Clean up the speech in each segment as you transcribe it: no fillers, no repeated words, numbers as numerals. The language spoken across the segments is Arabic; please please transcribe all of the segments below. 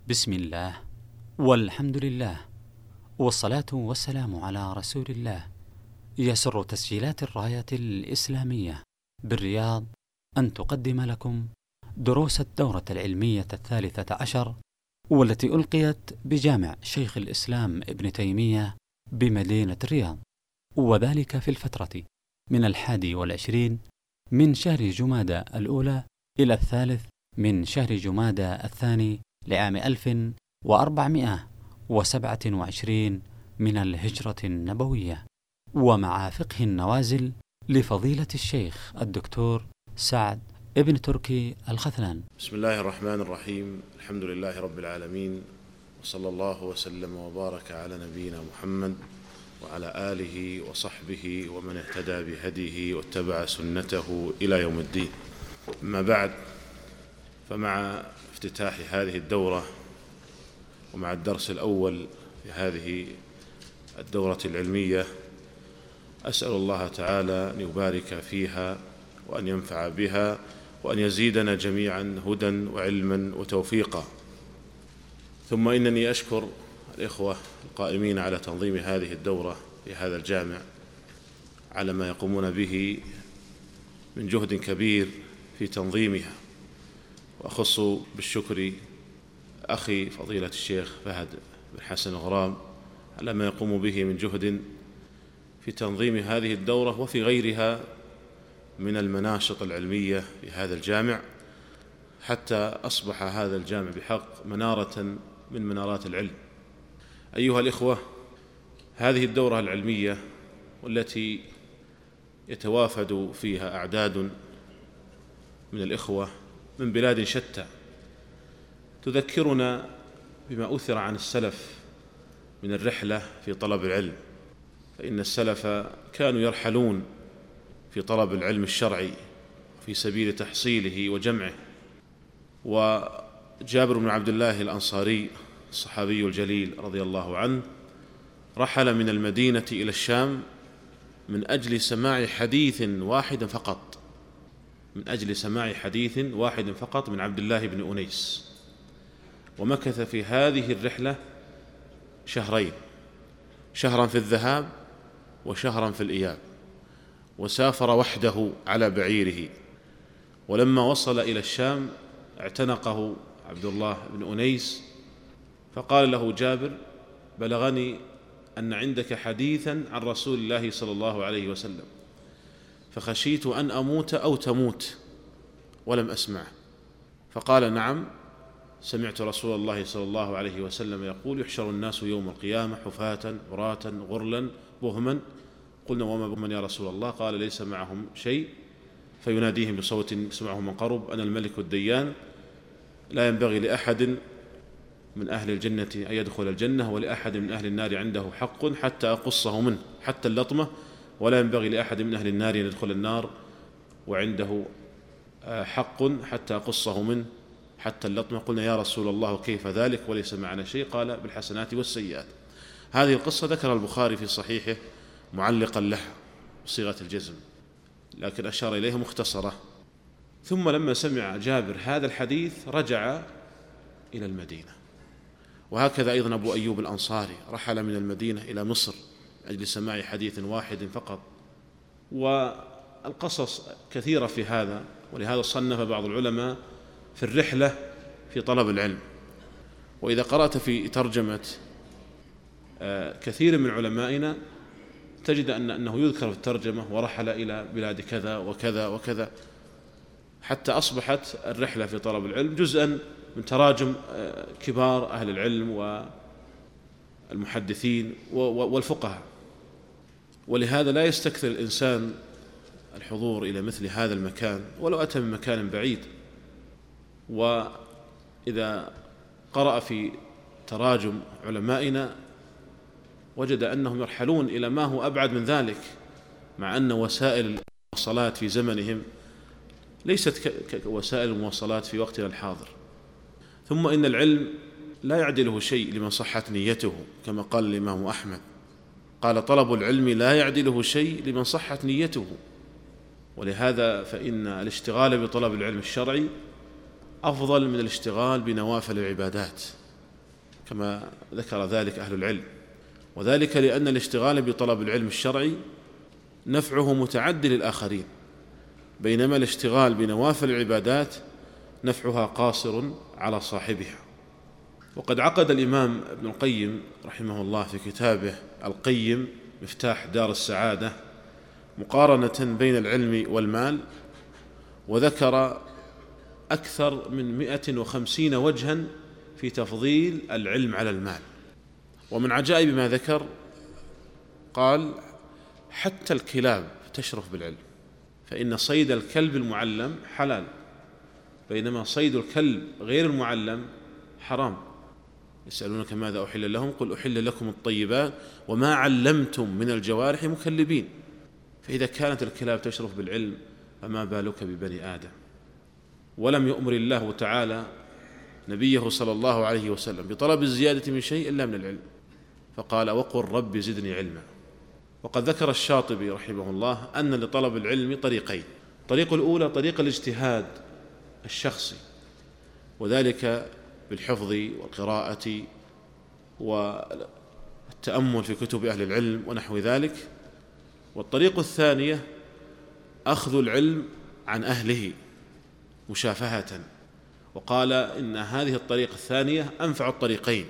بسم الله والحمد لله والصلاة والسلام على رسول الله. يسر تسجيلات الراية الإسلامية بالرياض أن تقدم لكم دروس الدورة العلمية 13 والتي ألقيت بجامع شيخ الإسلام ابن تيمية بمدينة الرياض، وذلك في الفترة من 21 من شهر جمادى الأولى إلى 3 من شهر جمادى الثاني لعام 1427 من الهجرة النبوية، ومع فقه النوازل لفضيلة الشيخ الدكتور سعد ابن تركي الخثلان. بسم الله الرحمن الرحيم. الحمد لله رب العالمين، وصلى الله وسلم وبارك على نبينا محمد وعلى آله وصحبه ومن اهتدى بهديه واتبع سنته إلى يوم الدين. أما بعد، فمع افتتاح هذه الدورة ومع الدرس الأول في هذه الدورة العلمية، أسأل الله تعالى أن يبارك فيها وأن ينفع بها وأن يزيدنا جميعا هدى وعلما وتوفيقا. ثم إنني أشكر الإخوة القائمين على تنظيم هذه الدورة في هذا الجامع على ما يقومون به من جهد كبير في تنظيمها، وأخص بالشكر أخي فضيلة الشيخ فهد بن حسن الغرام على ما يقوم به من جهد في تنظيم هذه الدورة وفي غيرها من المناشط العلمية في هذا الجامع، حتى أصبح هذا الجامع بحق منارة من منارات العلم. أيها الإخوة، هذه الدورة العلمية والتي يتوافد فيها أعداد من الإخوة من بلاد شتى تذكرنا بما أثر عن السلف من الرحلة في طلب العلم، فإن السلف كانوا يرحلون في طلب العلم الشرعي في سبيل تحصيله وجمعه. وجابر بن عبد الله الأنصاري الصحابي الجليل رضي الله عنه رحل من المدينة إلى الشام من أجل سماع حديث واحد فقط، من عبد الله بن أنيس، ومكث في هذه الرحلة شهرين، شهرا في الذهاب وشهرا في الإياب، وسافر وحده على بعيره. ولما وصل إلى الشام اعتنقه عبد الله بن أنيس فقال له جابر: بلغني أن عندك حديثا عن رسول الله صلى الله عليه وسلم، فخشيت أن أموت أو تموت ولم أسمع. فقال: نعم، سمعت رسول الله صلى الله عليه وسلم يقول: يحشر الناس يوم القيامة حفاة عراة غرلا بهما. قلنا: وما بهما يا رسول الله؟ قال: ليس معهم شيء، فيناديهم بصوت يسمعه من قرب: أنا الملك الديان، لا ينبغي لأحد من أهل الجنة أن يدخل الجنة، ولأحد من أهل النار عنده حق حتى أقصه منه حتى اللطمة، ولا ينبغي لأحد من أهل النار أن يدخل النار وعنده حق حتى أقصه منه حتى اللطمة. قلنا: يا رسول الله كيف ذلك وليس معنا شيء؟ قال: بالحسنات والسيئات. هذه القصة ذكر البخاري في صحيحه معلقا لها بصيغة الجزم، لكن أشار إليها مختصرة. ثم لما سمع جابر هذا الحديث رجع إلى المدينة. وهكذا أيضا أبو أيوب الأنصاري رحل من المدينة إلى مصر أجل سماع حديث واحد فقط. والقصص كثيرة في هذا، ولهذا صنف بعض العلماء في الرحلة في طلب العلم. وإذا قرأت في ترجمة كثير من علمائنا تجد أنه يذكر في الترجمة: ورحل إلى بلاد كذا وكذا وكذا، حتى أصبحت الرحلة في طلب العلم جزءا من تراجم كبار أهل العلم والمحدثين والفقهاء. ولهذا لا يستكثر الإنسان الحضور إلى مثل هذا المكان ولو أتى من مكان بعيد. وإذا قرأ في تراجم علمائنا وجد أنهم يرحلون إلى ما هو أبعد من ذلك، مع أن وسائل المواصلات في زمنهم ليست كوسائل المواصلات في وقتنا الحاضر. ثم إن العلم لا يعدله شيء لمن صحت نيته، كما قال الإمام أحمد، قال: طلب العلم لا يعدله شيء لمن صحت نيته. ولهذا فإن الاشتغال بطلب العلم الشرعي أفضل من الاشتغال بنوافل العبادات، كما ذكر ذلك أهل العلم، وذلك لأن الاشتغال بطلب العلم الشرعي نفعه متعدي للآخرين، بينما الاشتغال بنوافل العبادات نفعها قاصر على صاحبها. وقد عقد الإمام ابن القيم رحمه الله في كتابه القيم مفتاح دار السعادة مقارنة بين العلم والمال، وذكر أكثر من 150 وجها في تفضيل العلم على المال. ومن عجائب ما ذكر قال: حتى الكلاب تشرف بالعلم، فإن صيد الكلب المعلم حلال، بينما صيد الكلب غير المعلم حرام. يسألونك ماذا أحل لهم قل أحل لكم الطيبات وما علمتم من الجوارح مكلبين. فإذا كانت الكلاب تشرف بالعلم فما بالك ببني آدم. ولم يؤمر الله تعالى نبيه صلى الله عليه وسلم بطلب الزيادة من شيء إلا من العلم، فقال: وقل رب زدني علما. وقد ذكر الشاطبي رحمه الله أن لطلب العلم طريقين: الطريق الأولى طريق الاجتهاد الشخصي، وذلك بالحفظ والقراءة والتأمل في كتب أهل العلم ونحو ذلك. والطريق الثانية أخذ العلم عن أهله مشافهة، وقال إن هذه الطريقة الثانية أنفع الطريقين،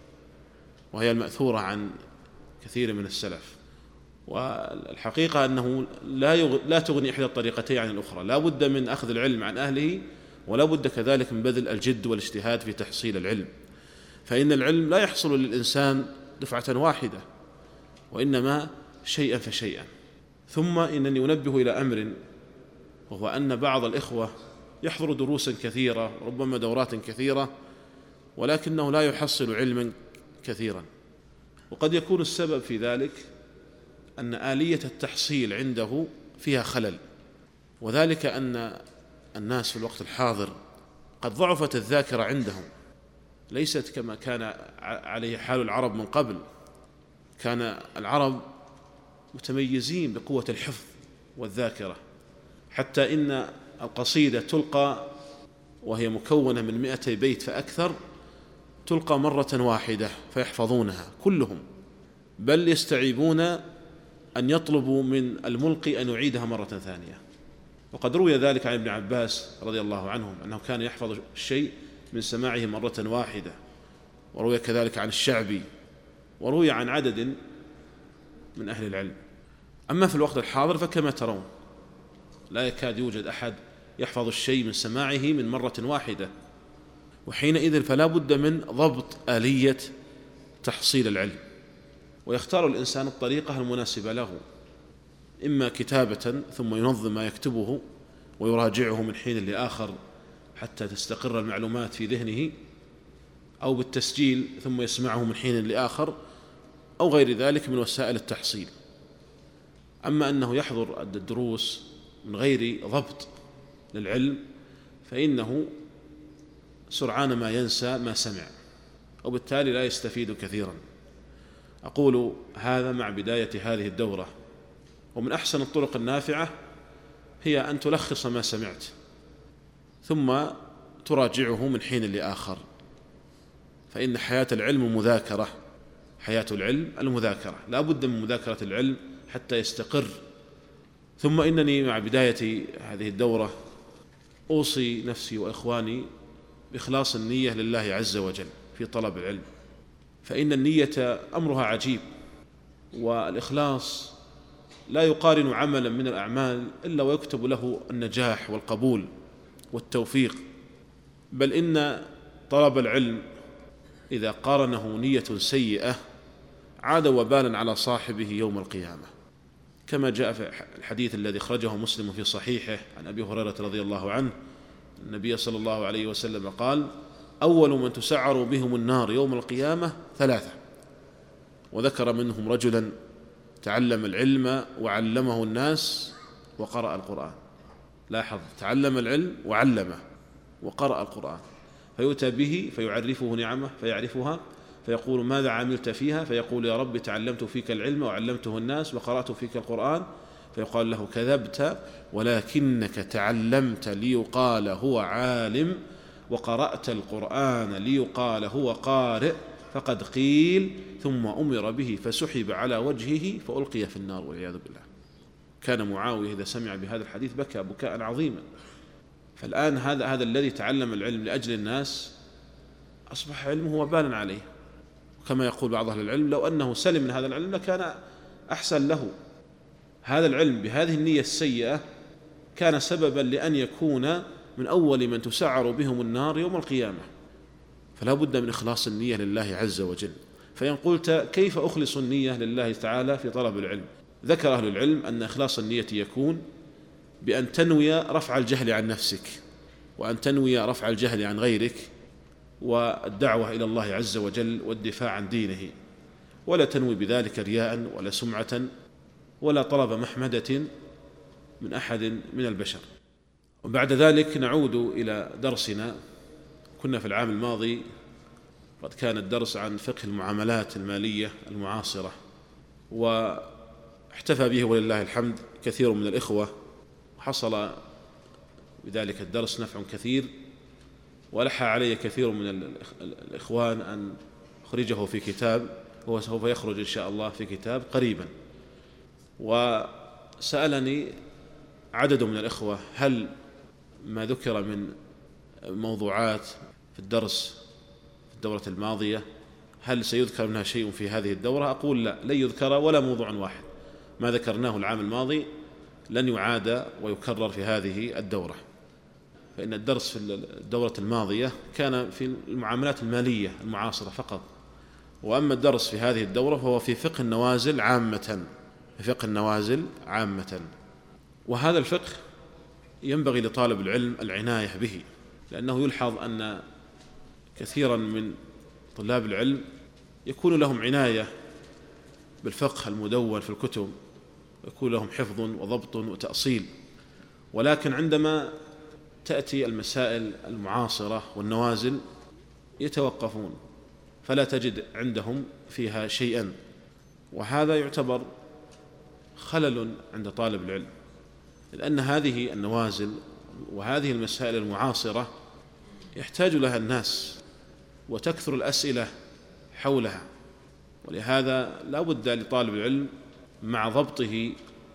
وهي المأثورة عن كثير من السلف. والحقيقة أنه لا تغني إحدى الطريقتين عن الأخرى، لا بد من أخذ العلم عن أهله، ولا بد كذلك من بذل الجد والاجتهاد في تحصيل العلم، فإن العلم لا يحصل للإنسان دفعة واحدة، وإنما شيئا فشيئا. ثم إنني أنبه إلى أمر، وهو أن بعض الإخوة يحضر دروسا كثيرة ربما دورات كثيرة، ولكنه لا يحصل علما كثيرا، وقد يكون السبب في ذلك أن آلية التحصيل عنده فيها خلل، وذلك أن الناس في الوقت الحاضر قد ضعفت الذاكرة عندهم، ليست كما كان عليه حال العرب من قبل. كان العرب متميزين بقوة الحفظ والذاكرة، حتى إن القصيدة تلقى وهي مكونة من 200 بيت فأكثر، تلقى مرة واحدة فيحفظونها كلهم، بل يستعيبون أن يطلبوا من الملقي أن يعيدها مرة ثانية. وقد روي ذلك عن ابن عباس رضي الله عنهم أنه كان يحفظ الشيء من سماعه مرة واحدة، وروي كذلك عن الشعبي، وروي عن عدد من أهل العلم. أما في الوقت الحاضر فكما ترون لا يكاد يوجد أحد يحفظ الشيء من سماعه من مرة واحدة، وحينئذ فلا بد من ضبط آلية تحصيل العلم، ويختار الإنسان الطريقة المناسبة له، إما كتابة ثم ينظم ما يكتبه ويراجعه من حين لآخر حتى تستقر المعلومات في ذهنه، أو بالتسجيل ثم يسمعه من حين لآخر، أو غير ذلك من وسائل التحصيل. أما أنه يحضر الدروس من غير ضبط للعلم فإنه سرعان ما ينسى ما سمع، وبالتالي لا يستفيد كثيرا. أقول هذا مع بداية هذه الدورة. ومن أحسن الطرق النافعة هي أن تلخص ما سمعت ثم تراجعه من حين لآخر، فإن حياة العلم مذاكرة، حياة العلم المذاكرة، لا بد من مذاكرة العلم حتى يستقر. ثم إنني مع بداية هذه الدورة أوصي نفسي وإخواني بإخلاص النية لله عز وجل في طلب العلم، فإن النية أمرها عجيب، والإخلاص لا يقارن عملا من الأعمال إلا ويكتب له النجاح والقبول والتوفيق، بل إن طلب العلم إذا قارنه نية سيئة عاد وبالا على صاحبه يوم القيامة، كما جاء في الحديث الذي أخرجه مسلم في صحيحه عن أبي هريرة رضي الله عنه النبي صلى الله عليه وسلم قال: أول من تسعر بهم النار يوم القيامة 3، وذكر منهم رجلا تعلم العلم وعلمه الناس وقرأ القرآن. لاحظ، تعلم العلم وعلمه وقرأ القرآن، فيؤتى به فيعرفه نعمه فيعرفها، فيقول: ماذا عملت فيها؟ فيقول: يا رب تعلمت فيك العلم وعلمته الناس وقرأت فيك القرآن. فيقال له: كذبت، ولكنك تعلمت ليقال هو عالم، وقرأت القرآن ليقال هو قارئ، فقد قيل ثم أمر به فسحب على وجهه فألقي في النار والعياذ بالله. كان معاوية إذا سمع بهذا الحديث بكى بكاء عظيما. فالآن هذا الذي تعلم العلم لأجل الناس أصبح علمه وبالا عليه. كما يقول بعض أهل العلم لو أنه سلم من هذا العلم لكان أحسن له. هذا العلم بهذه النية السيئة كان سببا لأن يكون من أول من تسعر بهم النار يوم القيامة. فلا بد من إخلاص النية لله عز وجل. فإن قلت كيف أخلص النية لله تعالى في طلب العلم؟ ذكر أهل العلم أن إخلاص النية يكون بأن تنوي رفع الجهل عن نفسك، وأن تنوي رفع الجهل عن غيرك، والدعوة إلى الله عز وجل والدفاع عن دينه، ولا تنوي بذلك رياء ولا سمعة ولا طلب محمدة من أحد من البشر. وبعد ذلك نعود إلى درسنا. كنا في العام الماضي قد كان الدرس عن فقه المعاملات المالية المعاصرة، واحتفى به ولله الحمد كثير من الإخوة، وحصل بذلك الدرس نفع كثير، ولح علي كثير من الإخوان أن أخرجه في كتاب، هو سوف يخرج إن شاء الله في كتاب قريبا. وسألني عدد من الإخوة هل ما ذكر من موضوعات في الدرس في الدورة الماضية هل سيذكر منها شيء في هذه الدورة؟ أقول لا، لن يذكر ولا موضوع واحد. ما ذكرناه العام الماضي لن يعاد ويكرر في هذه الدورة، فإن الدرس في الدورة الماضية كان في المعاملات المالية المعاصرة فقط، وأما الدرس في هذه الدورة فهو في فقه النوازل عامة، في فقه النوازل عامة. وهذا الفقه ينبغي لطالب العلم العناية به، لأنه يلحظ أن كثيرا من طلاب العلم يكون لهم عناية بالفقه المدون في الكتب، يكون لهم حفظ وضبط وتأصيل، ولكن عندما تأتي المسائل المعاصرة والنوازل يتوقفون، فلا تجد عندهم فيها شيئا. وهذا يعتبر خلل عند طالب العلم، لأن هذه النوازل وهذه المسائل المعاصرة يحتاج لها الناس وتكثر الأسئلة حولها، ولهذا لا بد لطالب العلم مع ضبطه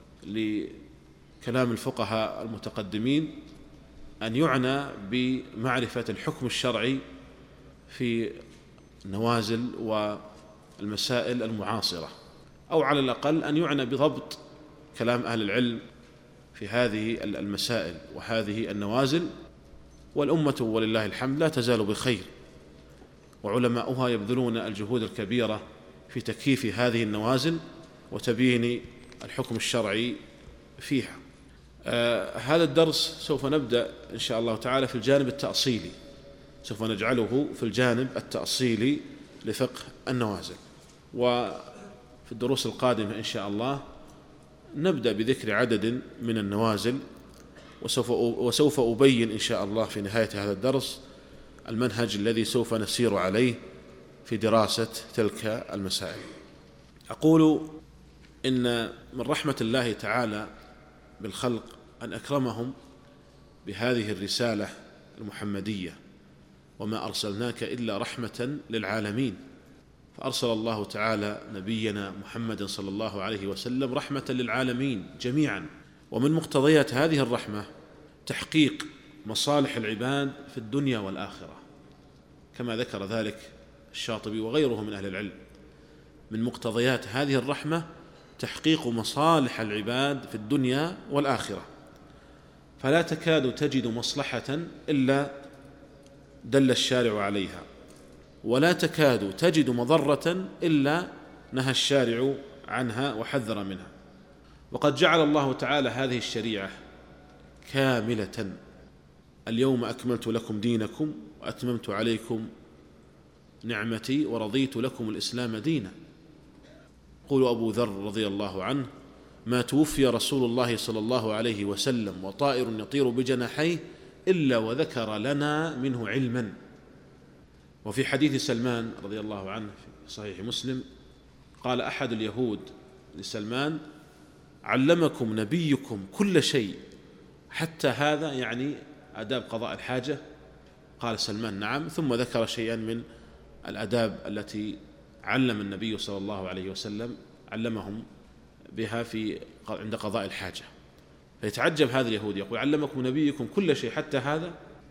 لكلام الفقهاء المتقدمين أن يعنى بمعرفة الحكم الشرعي في النوازل والمسائل المعاصرة، أو على الأقل أن يعنى بضبط كلام أهل العلم في هذه المسائل وهذه النوازل. والأمة ولله الحمد لا تزال بخير، وعلماؤها يبذلون الجهود الكبيرة في تكييف هذه النوازل وتبيين الحكم الشرعي فيها. هذا الدرس سوف نبدأ إن شاء الله تعالى في الجانب التأصيلي، سوف نجعله في الجانب التأصيلي لفقه النوازل. وفي الدروس القادمة إن شاء الله نبدأ بذكر عدد من النوازل، وسوف أبين إن شاء الله في نهاية هذا الدرس المنهج الذي سوف نسير عليه في دراسة تلك المسائل. أقول إن من رحمة الله تعالى بالخلق أن أكرمهم بهذه الرسالة المحمدية، وما أرسلناك إلا رحمة للعالمين. فأرسل الله تعالى نبينا محمد صلى الله عليه وسلم رحمة للعالمين جميعا، ومن مقتضيات هذه الرحمة تحقيق مصالح العباد في الدنيا والآخرة، كما ذكر ذلك الشاطبي وغيره من أهل العلم. من مقتضيات هذه الرحمة تحقيق مصالح العباد في الدنيا والآخرة، فلا تكاد تجد مصلحة إلا دل الشارع عليها، ولا تكاد تجد مضرة إلا نهى الشارع عنها وحذر منها. وقد جعل الله تعالى هذه الشريعة كاملة: اليوم أكملت لكم دينكم وأتممت عليكم نعمتي ورضيت لكم الإسلام دينا. يقول أبو ذر رضي الله عنه: ما توفي رسول الله صلى الله عليه وسلم وطائر يطير بجناحيه إلا وذكر لنا منه علما. وفي حديث سلمان رضي الله عنه في صحيح مسلم قال أحد اليهود لسلمان: علمكم نبيكم كل شيء حتى هذا، يعني آداب قضاء الحاجة؟ قال سلمان: نعم. ثم ذكر شيئا من الآداب التي علم النبي صلى الله عليه وسلم علمهم بها عند قضاء الحاجة. فيتعجب هذا اليهود يقول علمكم نبيكم كل شيء حتى هذا.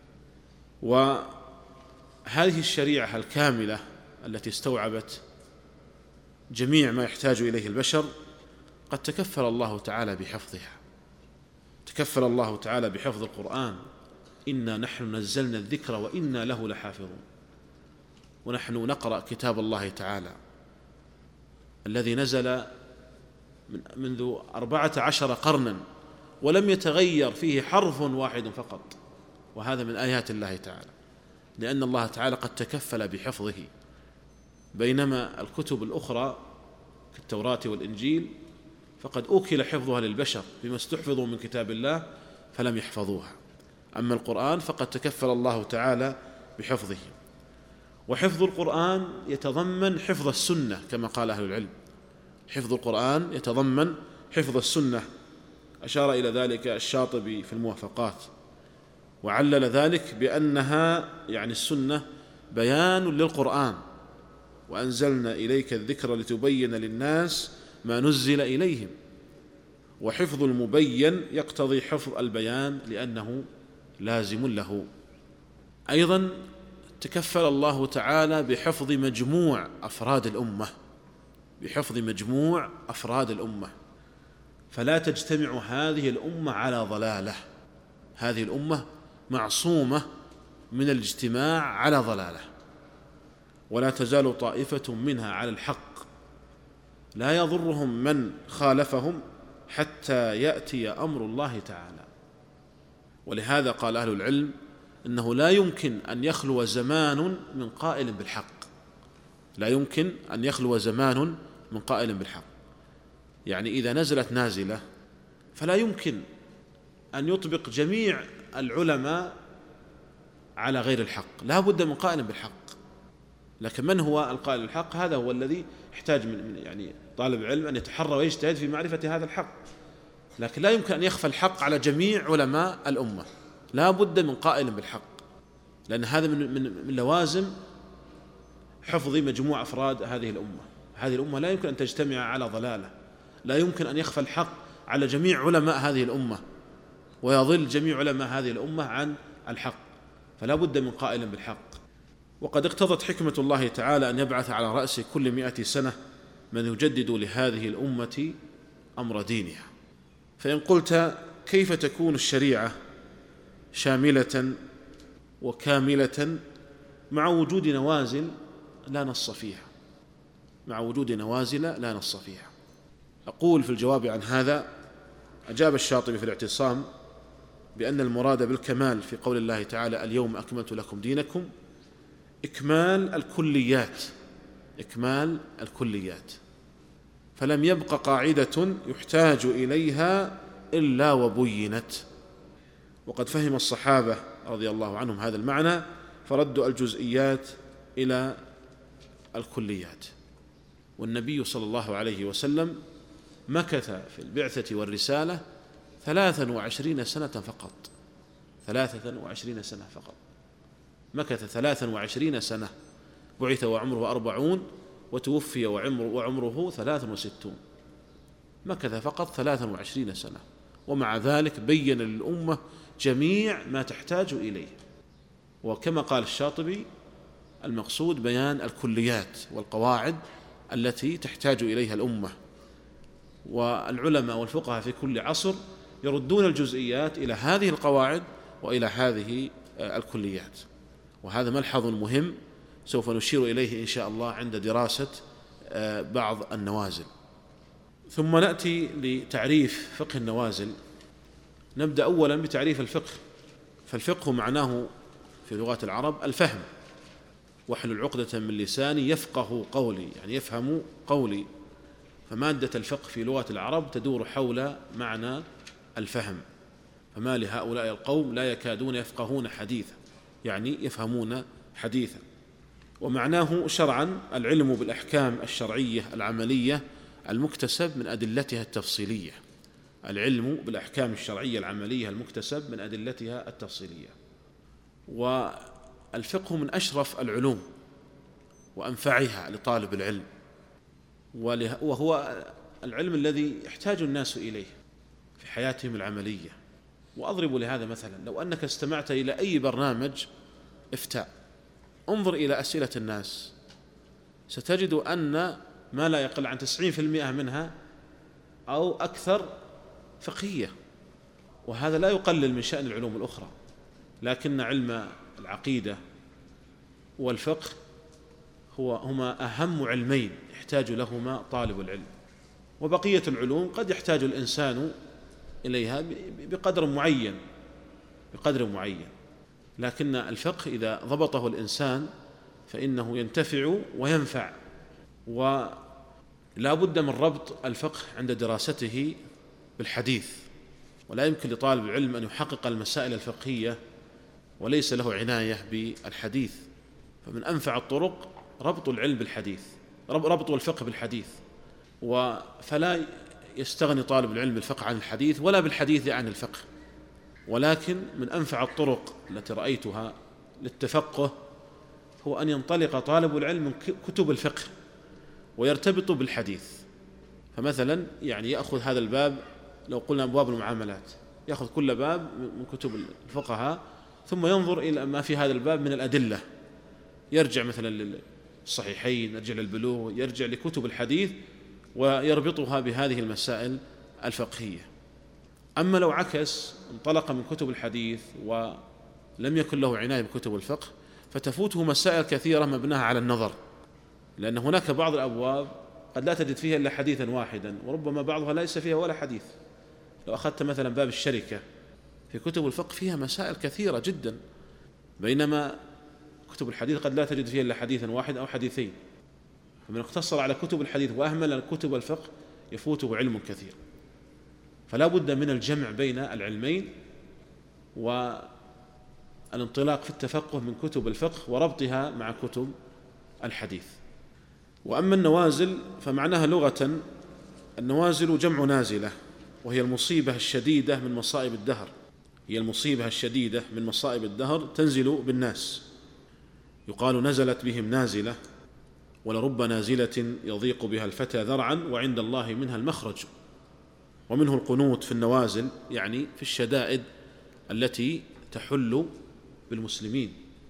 وهذه الشريعة الكاملة التي استوعبت جميع ما يحتاج إليه البشر قد تكفل الله تعالى بحفظها. تكفل الله تعالى بحفظ القرآن: إنا نحن نزلنا الذكر وإنا له لحافظون. ونحن نقرأ كتاب الله تعالى الذي نزل منذ 14 قرنا ولم يتغير فيه حرف واحد فقط، وهذا من آيات الله تعالى، لأن الله تعالى قد تكفل بحفظه. بينما الكتب الأخرى كالتوراة والإنجيل فقد أوكل حفظها للبشر بما استحفظوا من كتاب الله فلم يحفظوها. أما القرآن فقد تكفل الله تعالى بحفظه. وحفظ القرآن يتضمن حفظ السنة كما قال أهل العلم. حفظ القرآن يتضمن حفظ السنة، أشار إلى ذلك الشاطبي في الموافقات، وعلل ذلك بأنها يعني السنة بيان للقرآن: وأنزلنا إليك الذكر لتبين للناس ما نزل إليهم. وحفظ المبين يقتضي حفظ البيان لأنه لازم له. أيضا تكفل الله تعالى بحفظ مجموع أفراد الأمة، بحفظ مجموع أفراد الأمة، فلا تجتمع هذه الأمة على ضلالة. هذه الأمة معصومة من الاجتماع على ضلالة، ولا تزال طائفة منها على الحق لا يضرهم من خالفهم حتى يأتي أمر الله تعالى. ولهذا قال أهل العلم إنه لا يمكن أن يخلو زمان من قائل بالحق، لا يمكن أن يخلو زمان من قائل بالحق. يعني إذا نزلت نازلة فلا يمكن أن يطبق جميع العلماء على غير الحق، لا بد من قائل بالحق. لكن من هو القائل بالحق؟ هذا هو الذي يحتاج من يعني طالب علم أن يتحرى ويجتهد في معرفة هذا الحق. لكن لا يمكن أن يخفى الحق على جميع علماء الأمة، لا بد من قائل بالحق، لأن هذا من لوازم حفظ مجموع أفراد هذه الأمة. هذه الأمة لا يمكن أن تجتمع على ضلالة، لا يمكن أن يخفى الحق على جميع علماء هذه الأمة ويضل جميع علماء هذه الأمة عن الحق، فلا بد من قائل بالحق. وقد اقتضت حكمة الله تعالى أن يبعث على رأس كل 100 سنة من يجدد لهذه الأمة أمر دينها. فإن قلت كيف تكون الشريعة شاملة وكاملة مع وجود نوازل لا نص فيها، مع وجود نوازل لا نص فيها؟ أقول في الجواب عن هذا: أجاب الشاطبي في الاعتصام بأن المراد بالكمال في قول الله تعالى: اليوم أكملت لكم دينكم، إكمال الكليات، إكمال الكليات، فلم يبق قاعدة يحتاج إليها إلا وبينت. وقد فهم الصحابة رضي الله عنهم هذا المعنى فردوا الجزئيات إلى الكليات. والنبي صلى الله عليه وسلم مكث في البعثة والرسالة 23 سنة فقط، 23 سنة فقط، مكث 23 سنة، بعث وعمره 40 وتوفي وعمره 63، مكث فقط 23 سنة، ومع ذلك بين للأمة جميع ما تحتاج إليه. وكما قال الشاطبي: المقصود بيان الكليات والقواعد التي تحتاج إليها الأمة، والعلماء والفقهاء في كل عصر يردون الجزئيات إلى هذه القواعد وإلى هذه الكليات. وهذا ملحظ مهم سوف نشير إليه إن شاء الله عند دراسة بعض النوازل. ثم نأتي لتعريف فقه النوازل. نبدأ أولا بتعريف الفقه. فالفقه معناه في لغة العرب الفهم، واحلل عقدة من لساني يفقه قولي، يعني يفهم قولي. فمادة الفقه في لغة العرب تدور حول معنى الفهم. فما لهؤلاء القوم لا يكادون يفقهون حديثا، يعني يفهمون حديثا. ومعناه شرعا العلم بالأحكام الشرعية العملية المكتسب من أدلتها التفصيلية، العلم بالأحكام الشرعية العملية المكتسب من أدلتها التفصيلية. والفقه من أشرف العلوم، وأنفعها لطالب العلم، وهو العلم الذي يحتاج الناس إليه في حياتهم العملية. وأضرب لهذا مثلا: لو أنك استمعت إلى أي برنامج إفتاء، انظر إلى أسئلة الناس، ستجد أن ما لا يقل عن 90% منها أو أكثر فقهية، وهذا لا يقلل من شأن العلوم الأخرى، لكن علم العقيدة والفقه هما أهم علمين يحتاج لهما طالب العلم، وبقية العلوم قد يحتاج الإنسان إليها بقدر معين، لكن الفقه إذا ضبطه الإنسان فإنه ينتفع وينفع. ولا بد من ربط الفقه عند دراسته بالحديث، ولا يمكن لطالب العلم أن يحقق المسائل الفقهية وليس له عناية بالحديث. فمن أنفع الطرق ربط العلم بالحديث، ربط الفقه بالحديث، فلا يستغني طالب العلم بالفقه عن الحديث ولا بالحديث عن الفقه. ولكن من أنفع الطرق التي رأيتها للتفقه هو أن ينطلق طالب العلم من كتب الفقه ويرتبط بالحديث. فمثلا يأخذ هذا الباب، لو قلنا أبواب المعاملات، يأخذ كل باب من كتب الفقهاء ثم ينظر إلى ما في هذا الباب من الأدلة، يرجع مثلا للصحيحين، يرجع للبلوغ، يرجع لكتب الحديث ويربطها بهذه المسائل الفقهية. أما لو عكس، انطلق من كتب الحديث ولم يكن له عناية بكتب الفقه، فتفوته مسائل كثيرة مبناها على النظر، لأن هناك بعض الأبواب قد لا تجد فيها إلا حديثا واحدا، وربما بعضها ليس فيها ولا حديث. لو أخذت مثلا باب الشركة، في كتب الفقه فيها مسائل كثيرة جدا، بينما كتب الحديث قد لا تجد فيها إلا حديثا واحد أو حديثين. فمن اقتصر على كتب الحديث وأهمل كتب الفقه يفوته علم كثير. فلا بد من الجمع بين العلمين والانطلاق في التفقه من كتب الفقه وربطها مع كتب الحديث. وأما النوازل فمعناها لغة النوازل جمع نازلة، وهي المصيبة الشديدة من مصائب الدهر، هي المصيبة الشديدة من مصائب الدهر تنزل بالناس. يقال نزلت بهم نازلة، ولرب نازلة يضيق بها الفتى ذرعا وعند الله منها المخرج. ومنه القنوت في النوازل، يعني في الشدائد التي تحل بالمسلمين.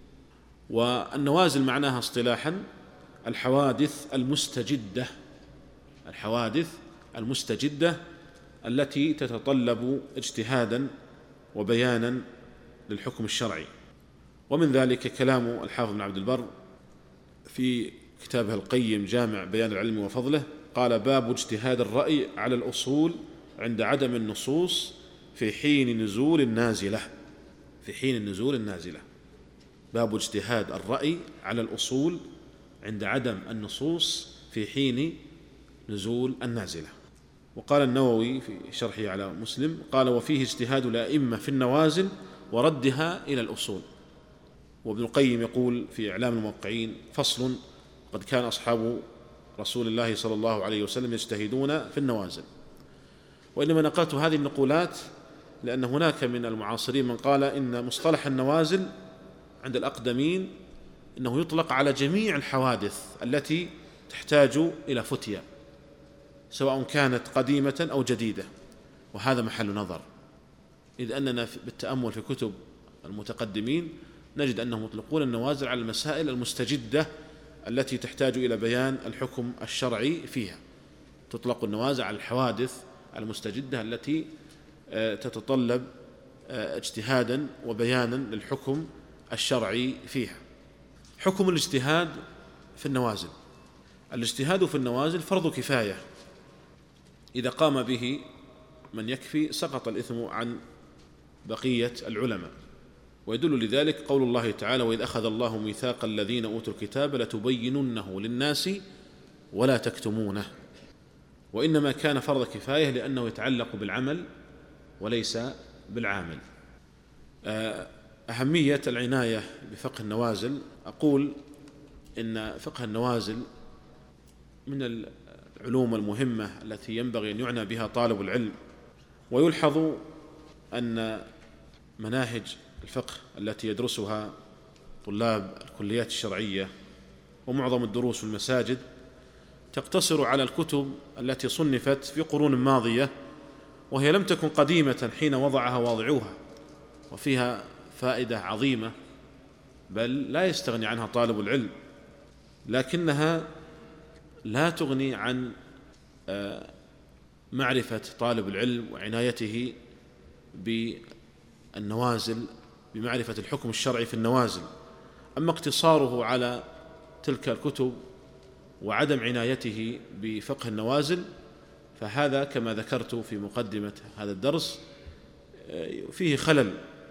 والنوازل معناها اصطلاحا الحوادث المستجدة، الحوادث المستجدة التي تتطلب اجتهادا وبيانا للحكم الشرعي. ومن ذلك كلام الحافظ بن عبد البر في كتابه القيم جامع بيان العلم وفضله، قال: باب اجتهاد الرأي على الأصول عند عدم النصوص في حين نزول النازلة. في حين النزول النازلة، باب اجتهاد الرأي على الأصول عند عدم النصوص في حين نزول النازلة. وقال النووي في شرحه على مسلم، قال: وفيه اجتهاد الأئمة في النوازل وردها إلى الأصول. وابن القيم يقول في إعلام الموقعين: فصل: قد كان أصحاب رسول الله صلى الله عليه وسلم يجتهدون في النوازل. وإنما نقلت هذه النقولات لأن هناك من المعاصرين من قال إن مصطلح النوازل عند الأقدمين إنه يطلق على جميع الحوادث التي تحتاج إلى فتية، سواء كانت قديمة أو جديدة، وهذا محل نظر، إذ أننا بالتأمل في كتب المتقدمين نجد أنهم يطلقون النوازل على المسائل المستجدة التي تحتاج إلى بيان الحكم الشرعي فيها. تطلق النوازل على الحوادث المستجدة التي تتطلب اجتهادا وبيانا للحكم الشرعي فيها. حكم الاجتهاد في النوازل: الاجتهاد في النوازل فرض كفاية، إذا قام به من يكفي سقط الإثم عن بقية العلماء. ويدل لذلك قول الله تعالى: وإذ أخذ الله ميثاق الذين أوتوا الكتاب لتبيننه للناس ولا تكتمونه. وإنما كان فرض كفاية لأنه يتعلق بالعمل وليس بالعامل. أهمية العناية بفقه النوازل: أقول إن فقه النوازل من العلوم المهمة التي ينبغي أن يعنى بها طالب العلم. ويلحظ أن مناهج الفقه التي يدرسها طلاب الكليات الشرعية ومعظم الدروس في المساجد تقتصر على الكتب التي صنفت في قرون ماضية، وهي لم تكن قديمة حين وضعها واضعوها، وفيها فائدة عظيمة بل لا يستغني عنها طالب العلم، لكنها لا تغني عن معرفة طالب العلم وعنايته بالنوازل، بمعرفة الحكم الشرعي في النوازل. أما اقتصاره على تلك الكتب وعدم عنايته بفقه النوازل فهذا كما ذكرت في مقدمة هذا الدرس فيه خلل،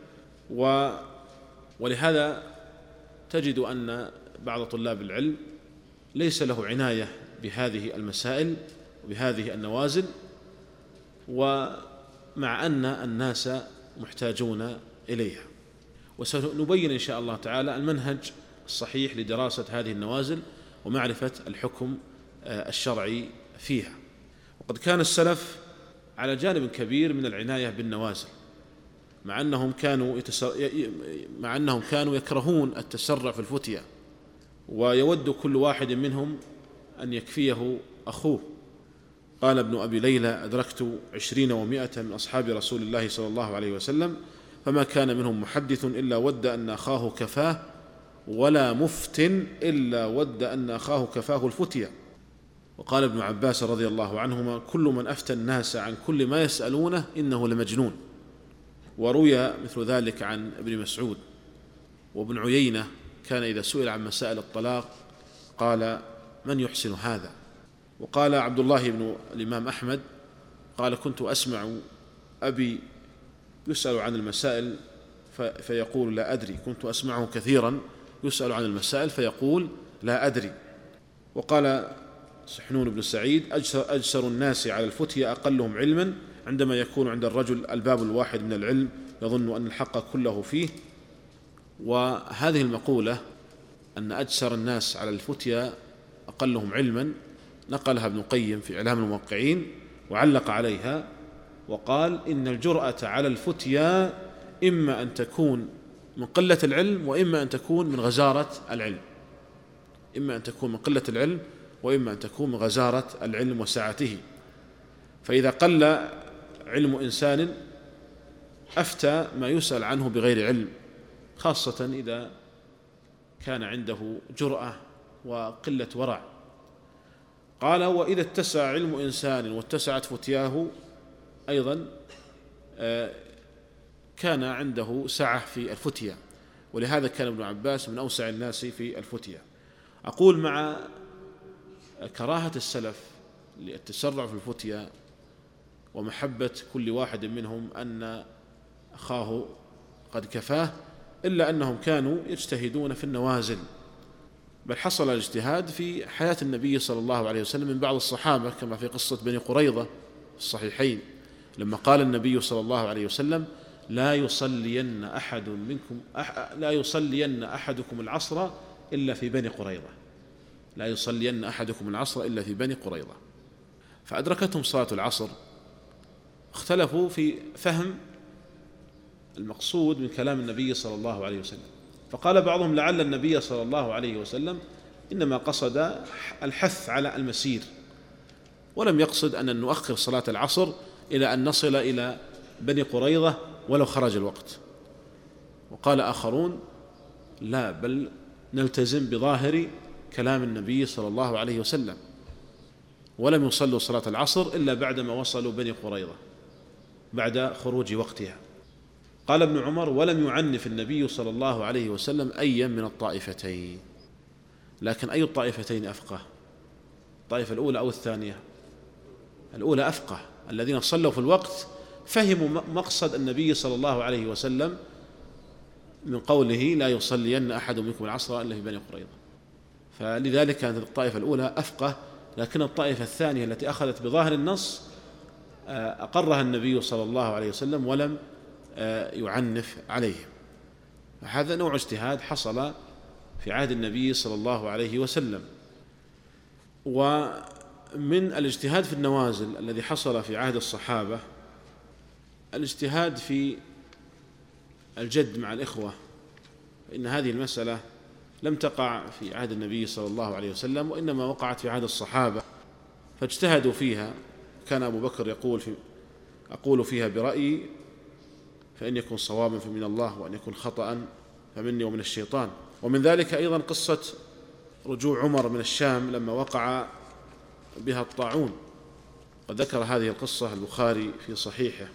ولهذا تجد أن بعض طلاب العلم ليس له عناية بهذه المسائل وبهذه النوازل، ومع أن الناس محتاجون إليها. وسنبين إن شاء الله تعالى المنهج الصحيح لدراسة هذه النوازل ومعرفة الحكم الشرعي فيها. وقد كان السلف على جانب كبير من العناية بالنوازل، مع أنهم كانوا يكرهون التسرع في الفتية، ويود كل واحد منهم أن يكفيه أخوه. قال ابن أبي ليلى: أدركت 20 و100 من أصحاب رسول الله صلى الله عليه وسلم، فما كان منهم محدث إلا ود أن أخاه كفاه، ولا مفتن إلا ود أن أخاه كفاه الفتية. وقال ابن عباس رضي الله عنهما: كل من أفتى الناس عن كل ما يسألونه إنه لمجنون. وروي مثل ذلك عن ابن مسعود. وابن عيينة كان إذا سئل عن مسائل الطلاق قال: من يحسن هذا؟ وقال عبد الله بن الإمام أحمد قال: كنت أسمع أبي يسأل عن المسائل فيقول لا أدري، كنت أسمعه كثيرا يسأل عن المسائل فيقول لا أدري. وقال سحنون بن سعيد: أجسر الناس على الفتية أقلهم علما، عندما يكون عند الرجل الباب الواحد من العلم يظن أن الحق كله فيه. وهذه المقولة أن أجسر الناس على الفتية أقلهم علما نقلها ابن القيم في إعلام الموقعين وعلق عليها وقال: إن الجرأة على الفتية إما أن تكون من قلة العلم وإما أن تكون من غزارة العلم، إما أن تكون من قلة العلم وإما أن تكون من غزارة العلم وسعته. فإذا قل علم إنسان أفتى ما يسأل عنه بغير علم، خاصة إذا كان عنده جرأة وقلة ورع. قال: وإذا اتسع علم إنسان واتسعت فتياه أيضا كان عنده سعة في الفتية، ولهذا كان ابن عباس من أوسع الناس في الفتية. أقول مع كراهة السلف للتسرع في الفتية ومحبة كل واحد منهم أن أخاه قد كفاه، إلا أنهم كانوا يجتهدون في النوازل، بل حصل الاجتهاد في حياة النبي صلى الله عليه وسلم من بعض الصحابة، كما في قصة بني قريظة في الصحيحين لما قال النبي صلى الله عليه وسلم: لا يصلين أحدكم العصر إلا في بني قريظة، لا يصلين أحدكم العصر إلا في بني قريظة. فأدركتهم صلاة العصر، اختلفوا في فهم المقصود من كلام النبي صلى الله عليه وسلم، فقال بعضهم: لعل النبي صلى الله عليه وسلم إنما قصد الحث على المسير، ولم يقصد أن نؤخر صلاة العصر إلى أن نصل إلى بني قريظة ولو خرج الوقت. وقال آخرون: لا، بل نلتزم بظاهر كلام النبي صلى الله عليه وسلم، ولم يصلوا صلاة العصر إلا بعدما وصلوا بني قريظة بعد خروج وقتها. قال ابن عمر: ولم يعنف النبي صلى الله عليه وسلم أيا من الطائفتين. لكن أي الطائفتين أفقه، الطائفة الأولى أو الثانية؟ الأولى أفقه، الذين صلوا في الوقت فهموا مقصد النبي صلى الله عليه وسلم من قوله: لا يصلين أحد منكم العصر إلا في بني قريظة. فلذلك كانت الطائفة الأولى أفقه، لكن الطائفة الثانية التي أخذت بظاهر النص أقرها النبي صلى الله عليه وسلم ولم يعنف عليهم. هذا نوع اجتهاد حصل في عهد النبي صلى الله عليه وسلم. ومن الاجتهاد في النوازل الذي حصل في عهد الصحابة الاجتهاد في الجد مع الإخوة، إن هذه المسألة لم تقع في عهد النبي صلى الله عليه وسلم، وإنما وقعت في عهد الصحابة فاجتهدوا فيها. كان أبو بكر أقول فيها برأيي فإن يكون صوابا فمن الله، وأن يكون خطأ فمني ومن الشيطان. ومن ذلك أيضا قصة رجوع عمر من الشام لما وقع بها الطاعون، قد ذكر هذه القصة البخاري في صحيحه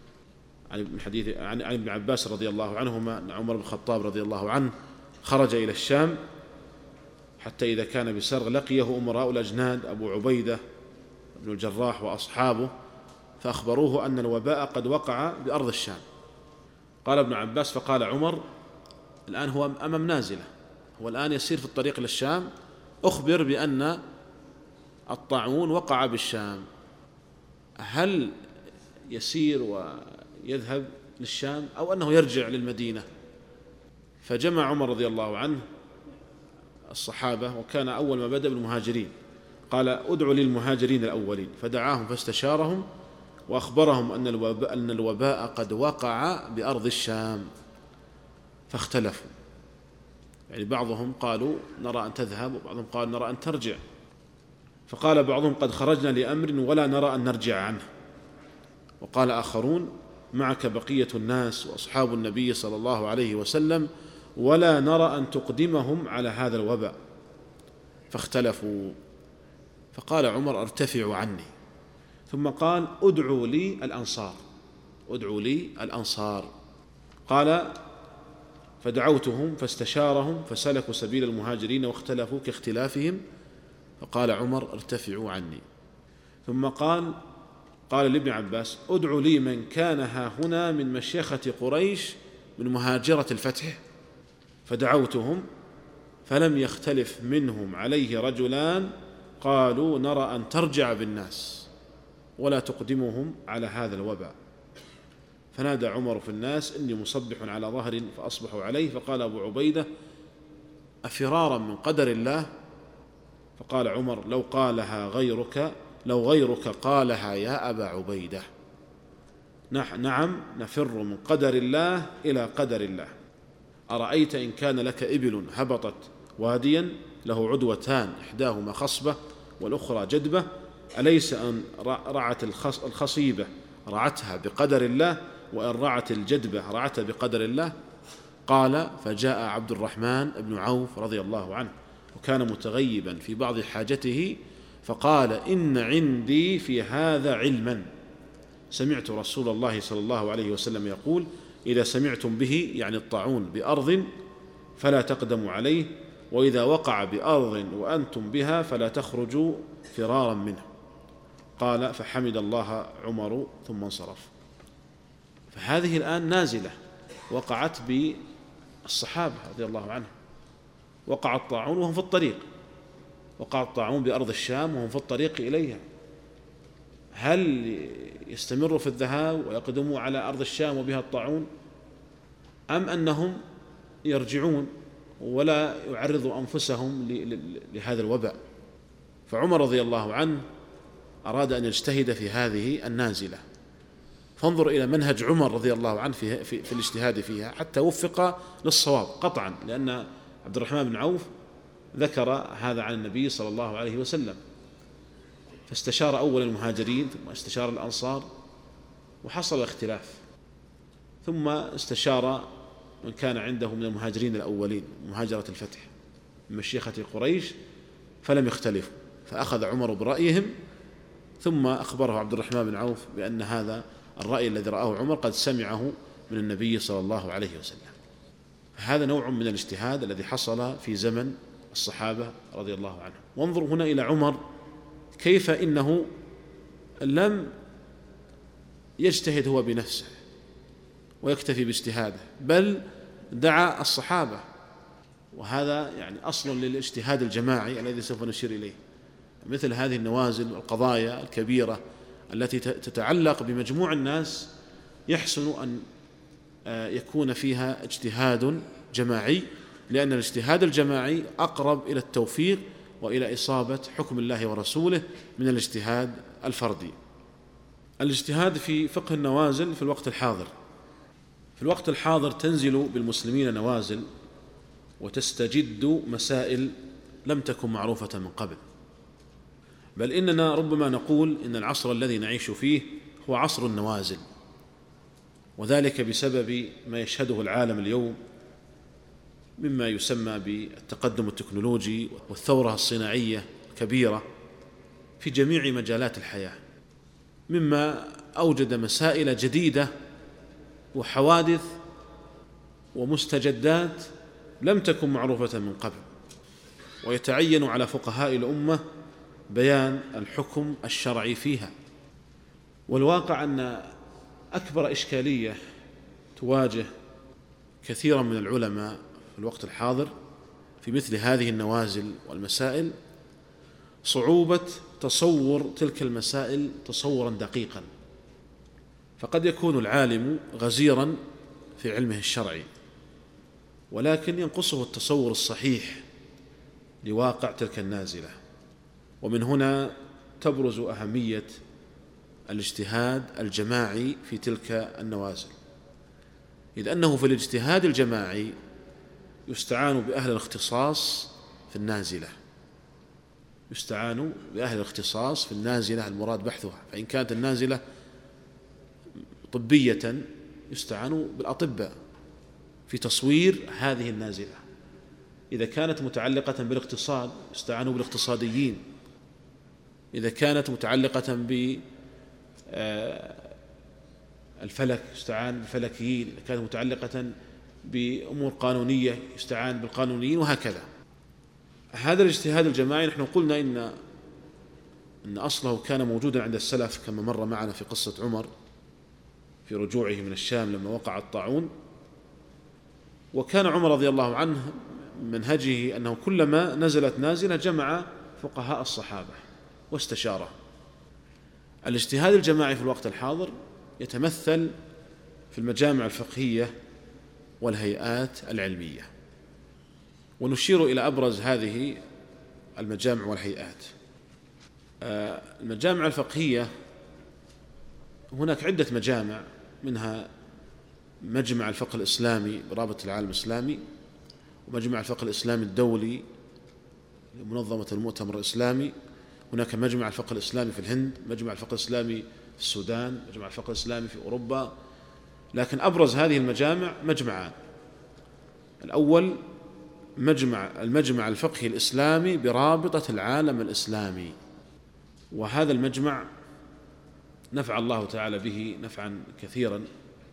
عن ابن عباس رضي الله عنهما أن عمر بن الخطاب رضي الله عنه خرج إلى الشام حتى إذا كان بسرغ لقيه أمراء الأجناد أبو عبيدة بن الجراح وأصحابه، فأخبروه أن الوباء قد وقع بأرض الشام. قال ابن عباس: فقال عمر: الآن هو أمام نازلة، هو الآن يسير في الطريق للشام، أخبر بأن الطاعون وقع بالشام، هل يسير ويذهب للشام أو أنه يرجع للمدينة؟ فجمع عمر رضي الله عنه الصحابة، وكان أول ما بدأ بالمهاجرين، قال: ادعوا للمهاجرين الأولين، فدعاهم فاستشارهم وأخبرهم أن الوباء قد وقع بأرض الشام، فاختلفوا، يعني بعضهم قالوا نرى أن تذهب، وبعضهم قال نرى أن ترجع، فقال بعضهم: قد خرجنا لأمر ولا نرى أن نرجع عنه، وقال آخرون: معك بقية الناس وأصحاب النبي صلى الله عليه وسلم ولا نرى أن تقدمهم على هذا الوباء، فاختلفوا. فقال عمر: ارتفعوا عني. ثم قال: ادعوا لي الأنصار، ادعوا لي الأنصار. قال: فدعوتهم فاستشارهم فسلكوا سبيل المهاجرين واختلفوا كاختلافهم، فقال عمر: ارتفعوا عني. ثم قال لابن عباس: ادعوا لي من كان ها هنا من مشيخة قريش من مهاجرة الفتح، فدعوتهم فلم يختلف منهم عليه رجلان قالوا نرى أن ترجع بالناس ولا تقدمهم على هذا الوباء. فنادى عمر في الناس: إني مصبح على ظهر، فأصبحوا عليه. فقال أبو عبيدة: أفرارا من قدر الله؟ فقال عمر: لو غيرك قالها يا أبا عبيدة. نعم، نفر من قدر الله إلى قدر الله. أرأيت إن كان لك إبل هبطت واديا له عدوتان إحداهما خصبة والأخرى جدبة، أليس أن رعت الخصيبة رعتها بقدر الله، وإن رعت الجدبة رعتها بقدر الله؟ قال: فجاء عبد الرحمن بن عوف رضي الله عنه، وكان متغيبا في بعض حاجته، فقال: إن عندي في هذا علما، سمعت رسول الله صلى الله عليه وسلم يقول: إذا سمعتم به، يعني الطاعون، بأرض فلا تقدموا عليه، وإذا وقع بأرض وأنتم بها فلا تخرجوا فرارا منه. قال: فحمد الله عمر ثم انصرف. فهذه الآن نازلة وقعت بالصحابة رضي الله عنهم، وقع الطاعون وهم في الطريق، وقع الطاعون بأرض الشام وهم في الطريق إليها، هل يستمروا في الذهاب ويقدموا على أرض الشام وبها الطاعون، أم أنهم يرجعون ولا يعرضوا أنفسهم لهذا الوباء؟ فعمر رضي الله عنه أراد أن يجتهد في هذه النازلة، فانظر إلى منهج عمر رضي الله عنه في الاجتهاد فيها حتى وفق للصواب قطعا، لأن عبد الرحمن بن عوف ذكر هذا عن النبي صلى الله عليه وسلم، فاستشار أول المهاجرين ثم استشار الأنصار وحصل اختلاف، ثم استشار من كان عنده من المهاجرين الأولين مهاجرة الفتح من مشيخة قريش فلم يختلفوا، فأخذ عمر برأيهم، ثم أخبره عبد الرحمن بن عوف بأن هذا الرأي الذي رآه عمر قد سمعه من النبي صلى الله عليه وسلم. هذا نوع من الاجتهاد الذي حصل في زمن الصحابة رضي الله عنهم. وانظروا هنا إلى عمر كيف إنه لم يجتهد هو بنفسه ويكتفي باجتهاده، بل دعا الصحابة، وهذا يعني أصل للاجتهاد الجماعي الذي سوف نشير إليه. مثل هذه النوازل والقضايا الكبيرة التي تتعلق بمجموع الناس يحسن أن يكون فيها اجتهاد جماعي، لأن الاجتهاد الجماعي أقرب إلى التوفيق وإلى إصابة حكم الله ورسوله من الاجتهاد الفردي. الاجتهاد في فقه النوازل في الوقت الحاضر، في الوقت الحاضر تنزل بالمسلمين نوازل وتستجد مسائل لم تكن معروفة من قبل. بل إننا ربما نقول إن العصر الذي نعيش فيه هو عصر النوازل، وذلك بسبب ما يشهده العالم اليوم مما يسمى بالتقدم التكنولوجي والثورة الصناعية الكبيرة في جميع مجالات الحياة، مما أوجد مسائل جديدة وحوادث ومستجدات لم تكن معروفة من قبل. ويتعين على فقهاء الأمة بيان الحكم الشرعي فيها. والواقع أن أكبر إشكالية تواجه كثيرا من العلماء في الوقت الحاضر في مثل هذه النوازل والمسائل صعوبة تصور تلك المسائل تصورا دقيقا. فقد يكون العالم غزيرا في علمه الشرعي، ولكن ينقصه التصور الصحيح لواقع تلك النازلة. ومن هنا تبرز أهمية الاجتهاد الجماعي في تلك النوازل، إذ أنه في الاجتهاد الجماعي يستعان بأهل الاختصاص في النازلة، يستعان بأهل الاختصاص في النازلة المراد بحثها. فإن كانت النازلة طبية يستعان بالأطباء في تصوير هذه النازلة. إذا كانت متعلقة بالاقتصاد يستعان بالاقتصاديين. إذا كانت متعلقة بالفلك يستعان بالفلكيين. إذا كانت متعلقة بأمور قانونية يستعان بالقانونيين، وهكذا. هذا الاجتهاد الجماعي نحن قلنا إن أصله كان موجودا عند السلف، كما مر معنا في قصة عمر في رجوعه من الشام لما وقع الطاعون. وكان عمر رضي الله عنه منهجه أنه كلما نزلت نازلة جمع فقهاء الصحابة واستشاره. الاجتهاد الجماعي في الوقت الحاضر يتمثل في المجامع الفقهية والهيئات العلمية، ونشير إلى أبرز هذه المجامع والهيئات. المجامع الفقهية هناك عدة مجامع، منها مجمع الفقه الإسلامي برابطة العالم الإسلامي، ومجمع الفقه الإسلامي الدولي لمنظمة المؤتمر الإسلامي. هناك مجمع الفقه الإسلامي في الهند، مجمع الفقه الإسلامي في السودان، مجمع الفقه الإسلامي في أوروبا. لكن أبرز هذه المجامع مجمعان. الأول المجمع الفقهي الإسلامي برابطة العالم الإسلامي، وهذا المجمع نفع الله تعالى به نفعا كثيرا،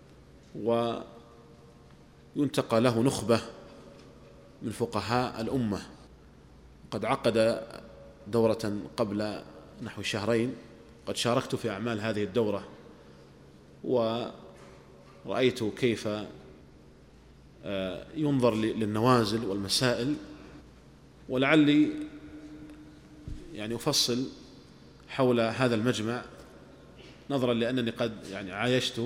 وينتقى له نخبة من فقهاء الأمة. قد عقد دورة قبل نحو شهرين، قد شاركت في أعمال هذه الدورة، ورأيت كيف ينظر للنوازل والمسائل. ولعلي أفصل حول هذا المجمع، نظرا لأنني قد عايشت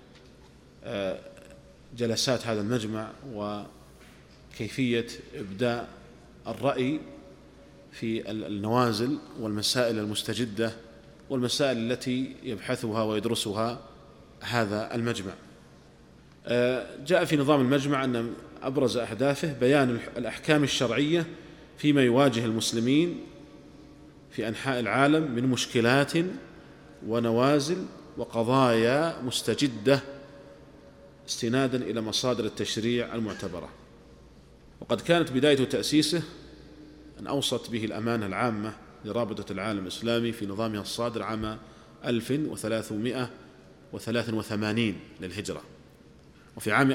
جلسات هذا المجمع وكيفية إبداء الرأي في النوازل والمسائل المستجدة والمسائل التي يبحثها ويدرسها هذا المجمع. جاء في نظام المجمع أن أبرز أهدافه بيان الأحكام الشرعية فيما يواجه المسلمين في أنحاء العالم من مشكلات ونوازل وقضايا مستجدة، استنادا إلى مصادر التشريع المعتبرة. وقد كانت بداية تأسيسه أن أوصت به الأمانة العامة لرابطة العالم الإسلامي في نظامها الصادر عام 1383 للهجرة. وفي عام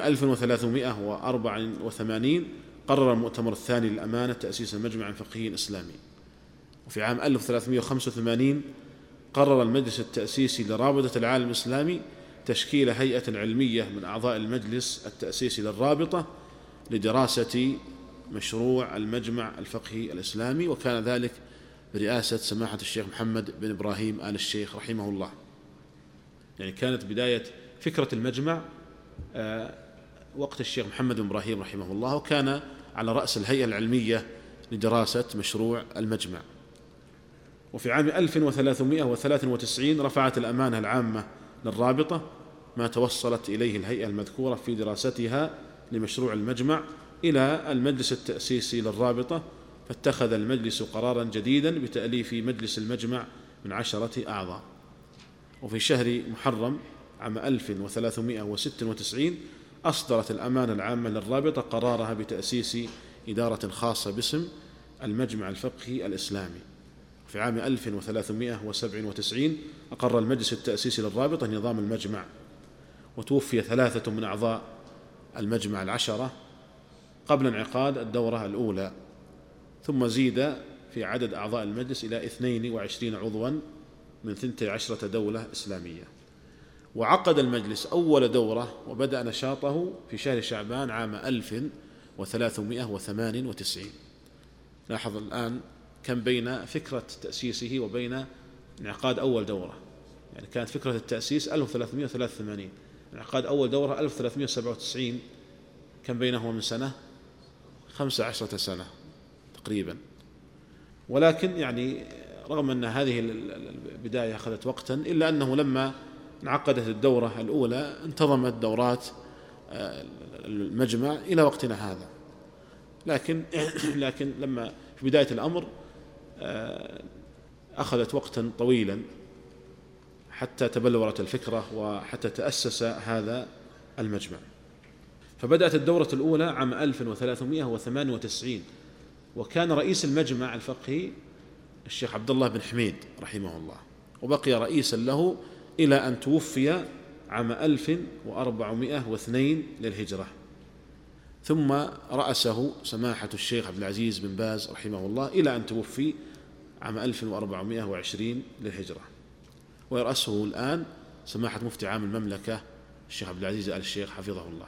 1384 قرر المؤتمر الثاني للأمانة تأسيس المجمع الفقهي الإسلامي. وفي عام 1385 قرر المجلس التأسيسي لرابطة العالم الإسلامي تشكيل هيئة علمية من أعضاء المجلس التأسيسي للرابطة لدراسة مشروع المجمع الفقهي الإسلامي، وكان ذلك برئاسة سماحة الشيخ محمد بن إبراهيم آل الشيخ رحمه الله. كانت بداية فكرة المجمع وقت الشيخ محمد بن إبراهيم رحمه الله، وكان على رأس الهيئة العلمية لدراسة مشروع المجمع. وفي عام 1393 رفعت الأمانة العامة للرابطة ما توصلت إليه الهيئة المذكورة في دراستها لمشروع المجمع، إلى المجلس التأسيسي للرابطة، فاتخذ المجلس قرارا جديدا بتأليف مجلس المجمع من 10 أعضاء. وفي شهر محرم عام 1396 أصدرت الأمانة العامة للرابطة قرارها بتأسيس إدارة خاصة باسم المجمع الفقهي الإسلامي. في عام 1397 أقر المجلس التأسيسي للرابطة نظام المجمع، وتوفي 3 من أعضاء المجمع 10 قبل انعقاد الدورة الأولى، ثم زيد في عدد أعضاء المجلس إلى 22 عضوا من 12 دولة إسلامية. وعقد المجلس أول دورة وبدأ نشاطه في شهر شعبان عام 1398. لاحظ الآن كم بين فكرة تأسيسه وبين انعقاد أول دورة. يعني كانت فكرة التأسيس 1383، انعقاد أول دورة 1397، كم بينهما من سنة؟ 15 سنة تقريبا. ولكن يعني رغم أن هذه البداية أخذت وقتا، إلا أنه لما انعقدت الدورة الأولى انتظمت دورات المجمع إلى وقتنا هذا. لكن لما في بداية الأمر أخذت وقتا طويلا حتى تبلورت الفكرة وحتى تأسس هذا المجمع. فبدأت الدورة الأولى عام 1398، وكان رئيس المجمع الفقهي الشيخ عبد الله بن حميد رحمه الله، وبقي رئيسا له إلى أن توفي عام 1402 للهجرة. ثم رأسه سماحة الشيخ عبد العزيز بن باز رحمه الله إلى أن توفي عام 1420 للهجرة. ويرأسه الآن سماحة مفتي عام المملكة الشيخ عبد العزيز آل الشيخ حفظه الله.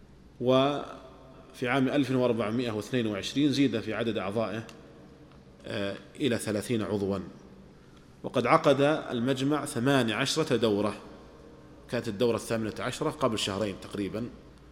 وفي عام 1422 زيد في عدد أعضائه إلى 30 عضوا. وقد عقد المجمع 18 دورة، كانت الدورة 18 قبل شهرين تقريبا،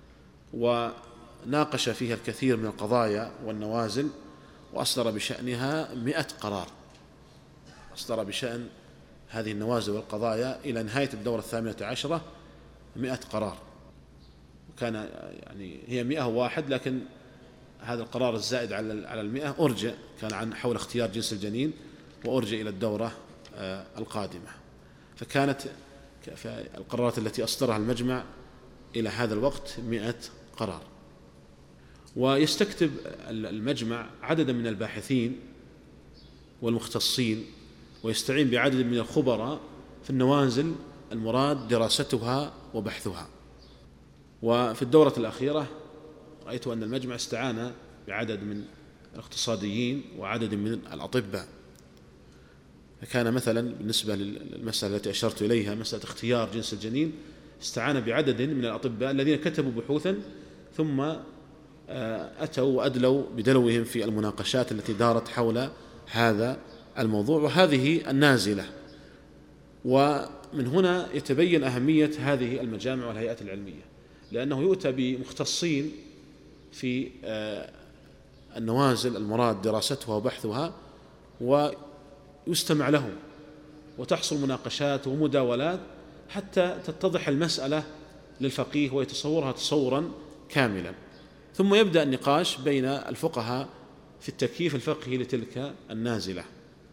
وناقش فيها الكثير من القضايا والنوازل، وأصدر بشأنها 100 قرار، أصدر بشأن هذه النوازل والقضايا إلى نهاية الدورة 18 100 قرار. وكان يعني هي 101، لكن هذا القرار الزائد على 100 أرجع، كان عن حول اختيار جنس الجنين، وأرجع إلى الدورة القادمة. فكانت القرارات التي أصدرها المجمع إلى هذا الوقت 100 قرار. ويستكتب المجمع عددا من الباحثين والمختصين، ويستعين بعدد من الخبراء في النوازل المراد دراستها وبحثها. وفي الدورة الأخيرة رأيت أن المجمع استعان بعدد من الاقتصاديين وعدد من الأطباء. فكان مثلا بالنسبة للمسألة التي أشرت إليها، مسألة اختيار جنس الجنين، استعان بعدد من الأطباء الذين كتبوا بحوثا ثم أتوا وأدلوا بدلوهم في المناقشات التي دارت حول هذا الموضوع وهذه النازلة. ومن هنا يتبين أهمية هذه المجامع والهيئات العلمية، لأنه يؤتى بمختصين في النوازل المراد دراستها وبحثها، ويستمع لهم وتحصل مناقشات ومداولات حتى تتضح المسألة للفقيه ويتصورها تصورا كاملا، ثم يبدأ النقاش بين الفقهاء في التكييف الفقهي لتلك النازلة.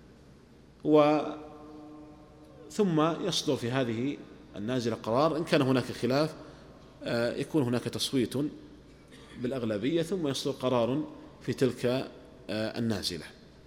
ثم يصدر في هذه النازلة قرار، إن كان هناك خلاف يكون هناك تصويت بالأغلبية، ثم يصدر قرار في تلك النازلة.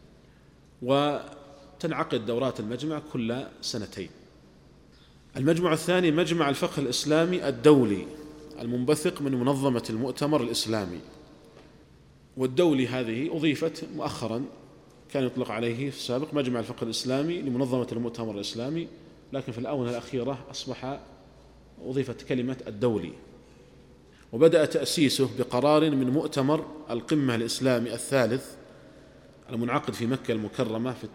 وتنعقد دورات المجمع كل 2 سنين. المجمع الثاني مجمع الفقه الإسلامي الدولي المنبثق من منظمة المؤتمر الإسلامي. والدولي هذه أضيفت مؤخرا، كان يطلق عليه في السابق مجمع الفقه الإسلامي لمنظمة المؤتمر الإسلامي، لكن في الآونة الأخيرة أصبح أضيفت كلمة الدولي. وبدأ تأسيسه بقرار من مؤتمر القمة الإسلامي الثالث المنعقد في مكة المكرمة في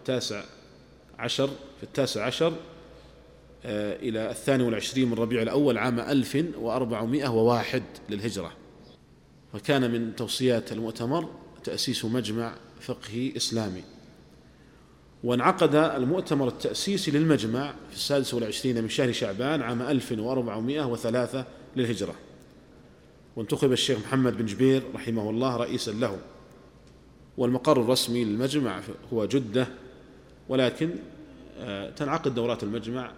19 إلى 22 من ربيع الأول عام 1401 للهجرة. وكان من توصيات المؤتمر تأسيس مجمع فقهي إسلامي. وانعقد المؤتمر التأسيسي للمجمع في 26 من شهر شعبان عام 1403 للهجرة. وانتخب الشيخ محمد بن جبير رحمه الله رئيسا له. والمقر الرسمي للمجمع هو جدة، ولكن تنعقد دورات المجمع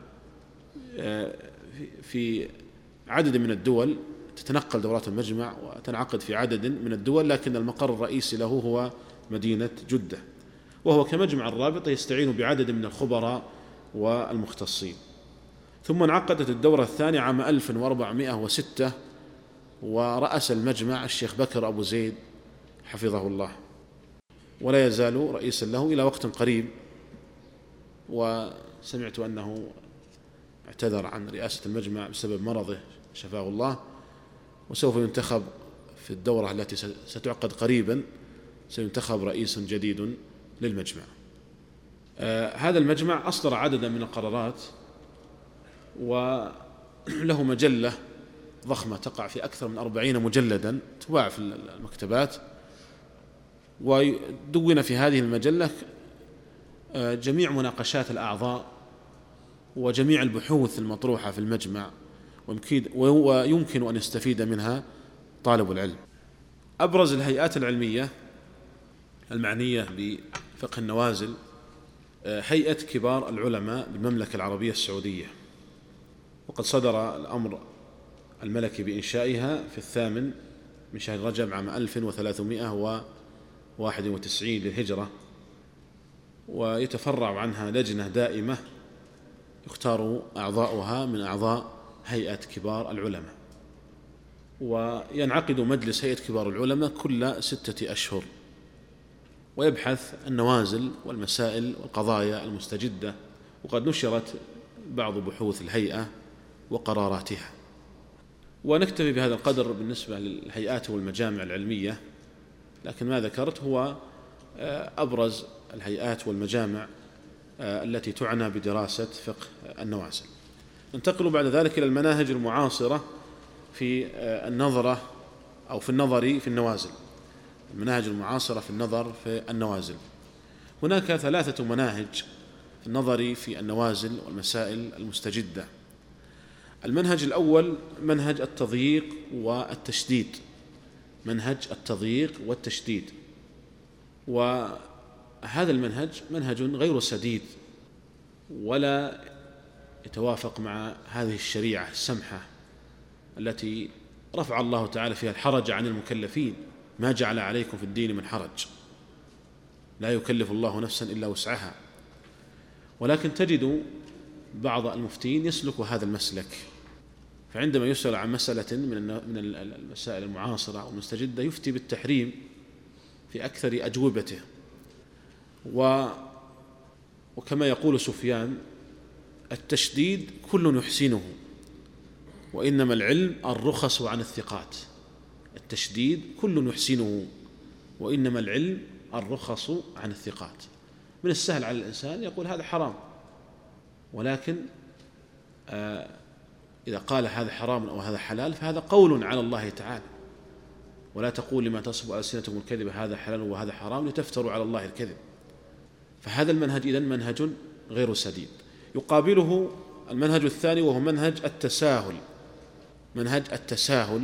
في عدد من الدول، تتنقل دورات المجمع وتنعقد في عدد من الدول، لكن المقر الرئيسي له هو مدينة جدة. وهو كمجمع الرابطة يستعين بعدد من الخبراء والمختصين. ثم انعقدت الدورة الثانية عام 1406، ورأس المجمع الشيخ بكر أبو زيد حفظه الله، ولا يزال رئيسا له إلى وقت قريب. وسمعت أنه اعتذر عن رئاسة المجمع بسبب مرضه شفاه الله، وسوف ينتخب في الدورة التي ستعقد قريبا، سينتخب رئيس جديد للمجمع. هذا المجمع أصدر عددا من القرارات، وله مجلة ضخمة تقع في أكثر من 40 مجلدا تباع في المكتبات. ودون في هذه المجلة جميع مناقشات الأعضاء وجميع البحوث المطروحة في المجمع، ويمكن أن يستفيد منها طالب العلم. أبرز الهيئات العلمية المعنية بفقه النوازل هيئة كبار العلماء بالمملكة العربية السعودية، وقد صدر الأمر الملكي بإنشائها في 8 من شهر رجب عام 1391 للهجرة. ويتفرع عنها لجنة دائمة يختار أعضاؤها من أعضاء هيئة كبار العلماء، وينعقد مجلس هيئة كبار العلماء كل 6 أشهر، ويبحث النوازل والمسائل والقضايا المستجدة. وقد نشرت بعض بحوث الهيئة وقراراتها. ونكتفي بهذا القدر بالنسبة للهيئات والمجامع العلمية، لكن ما ذكرت هو أبرز الهيئات والمجامع التي تعنى بدراسة فقه النوازل. ننتقل بعد ذلك إلى المناهج المعاصرة في النظرة أو في النظر في النوازل. المناهج المعاصرة في النظر في النوازل، هناك 3 مناهج في النظر في النوازل والمسائل المستجدة. المنهج الأول منهج التضييق والتشديد، منهج التضييق والتشديد. وهذا المنهج منهج غير سديد، ولا يتوافق مع هذه الشريعة السمحة التي رفع الله تعالى فيها الحرج عن المكلفين، ما جعل عليكم في الدين من حرج، لا يكلف الله نفسا إلا وسعها. ولكن تجد بعض المفتين يسلك هذا المسلك، فعندما يسأل عن مسألة من المسائل المعاصرة أو المستجدة يفتي بالتحريم في أكثر أجوبته. وكما يقول سفيان: التشديد كل يحسنه، وإنما العلم الرخص عن الثقات. التشديد كل يحسنه، وإنما العلم الرخص عن الثقات. من السهل على الإنسان يقول هذا حرام، ولكن إذا قال هذا حرام أو هذا حلال فهذا قول على الله تعالى. ولا تقول لما تصف ألسنتكم الكذب هذا حلال وهذا حرام لتفتروا على الله الكذب. فهذا المنهج إذن منهج غير سديد. يقابله المنهج الثاني وهو منهج التساهل، منهج التساهل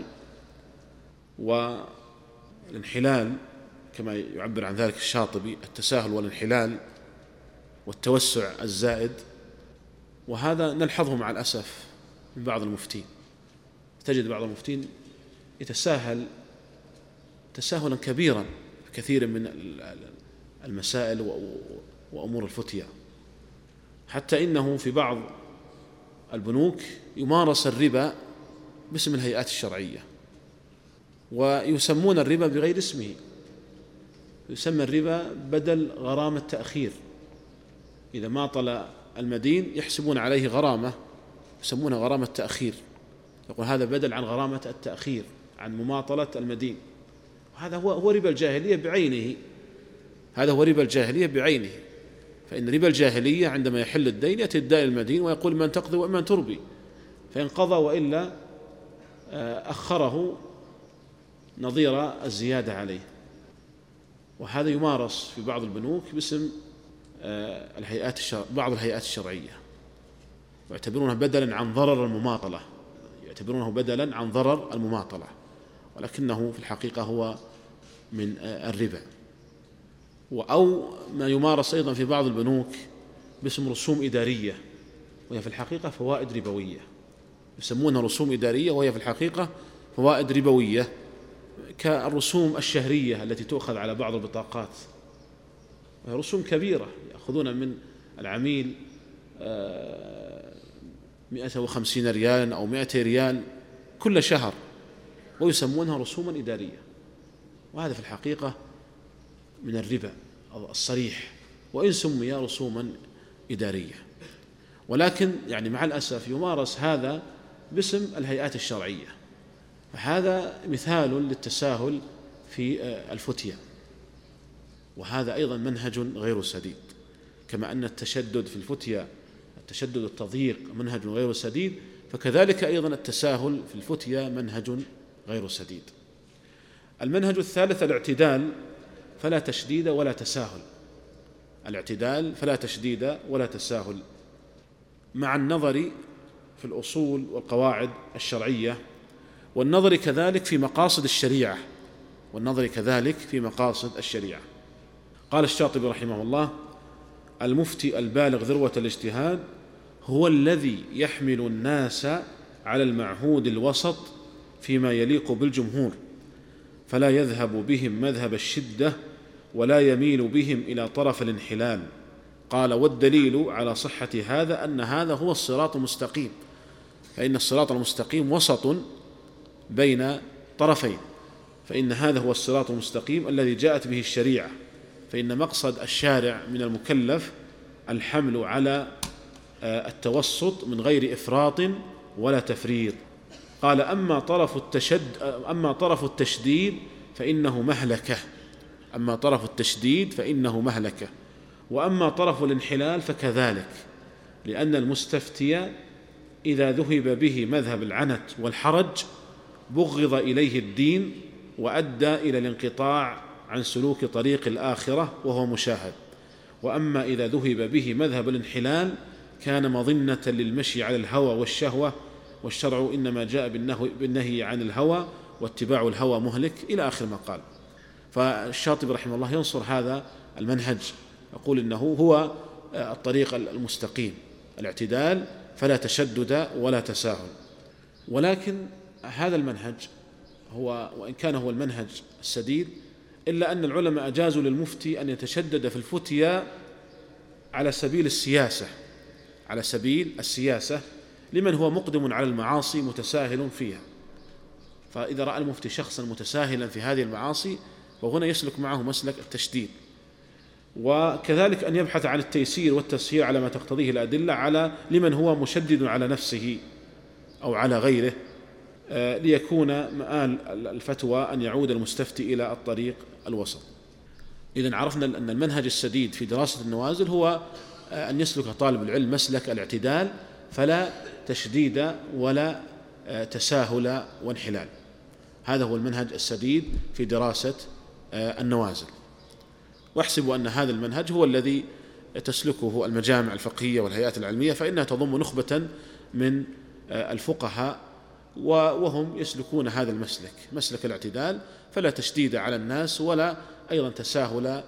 والانحلال كما يعبر عن ذلك الشاطبي: التساهل والانحلال والتوسع الزائد. وهذا نلحظه مع الأسف من بعض المفتين. تجد بعض المفتين يتساهل تساهلا كبيرا في كثير من المسائل وأمور الفتية، حتى إنه في بعض البنوك يمارس الربا باسم الهيئات الشرعية، ويسمون الربا بغير اسمه. يسمى الربا بدل غرامة تأخير، إذا ما طلع المدين يحسبون عليه غرامة يسمونها غرامة تأخير، يقول هذا بدل عن غرامة التأخير عن مماطلة المدين. وهذا هو ربا الجاهلية بعينه، هذا هو ربا الجاهلية بعينه. فإن ربا الجاهلية عندما يحل الدين يأتي الدائن المدين ويقول من تقضي ومن تربي، فإن قضى وإلا أخره نظير الزيادة عليه. وهذا يمارس في بعض البنوك باسم بعض الهيئات الشرعية، ويعتبرونه بدلا عن ضرر المماطلة، يعتبرونه بدلا عن ضرر المماطلة. ولكنه في الحقيقة هو من الربا. أو ما يمارس أيضا في بعض البنوك باسم رسوم إدارية، وهي في الحقيقة فوائد ربوية، يسمونها رسوم إدارية وهي في الحقيقة فوائد ربوية، كالرسوم الشهرية التي تؤخذ على بعض البطاقات، وهي رسوم كبيرة، يأخذون من العميل 150 ريال أو 200 ريال كل شهر، ويسمونها رسوما إدارية. وهذا في الحقيقة من الربا الصريح، وإن سمي رسوما إدارية، ولكن يعني مع الأسف يمارس هذا باسم الهيئات الشرعية، فهذا مثال للتساهل في الفتية، وهذا أيضا منهج غير سديد. كما أن التشدد في الفتية، التشدد التضييق منهج غير سديد، فكذلك أيضا التساهل في الفتية منهج غير سديد. المنهج الثالث الاعتدال، فلا تشديد ولا تساهل. الاعتدال فلا تشديد ولا تساهل، مع النظر في الأصول والقواعد الشرعية، والنظر كذلك في مقاصد الشريعة، والنظر كذلك في مقاصد الشريعة. قال الشاطبي رحمه الله: المفتي البالغ ذروة الاجتهاد هو الذي يحمل الناس على المعهود الوسط فيما يليق بالجمهور، فلا يذهب بهم مذهب الشدة ولا يميل بهم إلى طرف الانحلال. قال: والدليل على صحة هذا أن هذا هو الصراط المستقيم، فإن الصراط المستقيم وسط بين طرفين، فإن هذا هو الصراط المستقيم الذي جاءت به الشريعة، فإن مقصد الشارع من المكلف الحمل على التوسط من غير إفراط ولا تفريط. قال: أما طرف التشديد فإنه مهلكة، أما طرف التشديد فإنه مهلكة، وأما طرف الانحلال فكذلك، لأن المستفتي إذا ذهب به مذهب العنت والحرج بغض إليه الدين وأدى إلى الانقطاع عن سلوك طريق الآخرة وهو مشاهد، وأما إذا ذهب به مذهب الانحلال كان مظنة للمشي على الهوى والشهوة، والشرع إنما جاء بالنهي عن الهوى، واتباع الهوى مهلك، إلى آخر ما قال. فالشاطبي رحمه الله ينصر هذا المنهج، يقول إنه هو الطريق المستقيم، الاعتدال، فلا تشدد ولا تساهل. ولكن هذا المنهج هو، وإن كان هو المنهج السديد، إلا أن العلماء أجازوا للمفتي أن يتشدد في الفتيا على سبيل السياسة، على سبيل السياسة لمن هو مقدم على المعاصي متساهل فيها. فإذا رأى المفتي شخصا متساهلا في هذه المعاصي فهنا يسلك معه مسلك التشديد. وكذلك أن يبحث عن التيسير والتسهيل على ما تقتضيه الأدلة على لمن هو مشدد على نفسه أو على غيره، ليكون مآل الفتوى أن يعود المستفتي إلى الطريق الوسط. إذن عرفنا أن المنهج السديد في دراسة النوازل هو أن يسلك طالب العلم مسلك الاعتدال، فلا تشديد ولا تساهل وانحلال. هذا هو المنهج السديد في دراسة النوازل. واحسب أن هذا المنهج هو الذي تسلكه المجامع الفقهية والهيئات العلمية، فإنها تضم نخبة من الفقهاء، وهم يسلكون هذا المسلك، مسلك الاعتدال، فلا تشديد على الناس ولا أيضا تساهل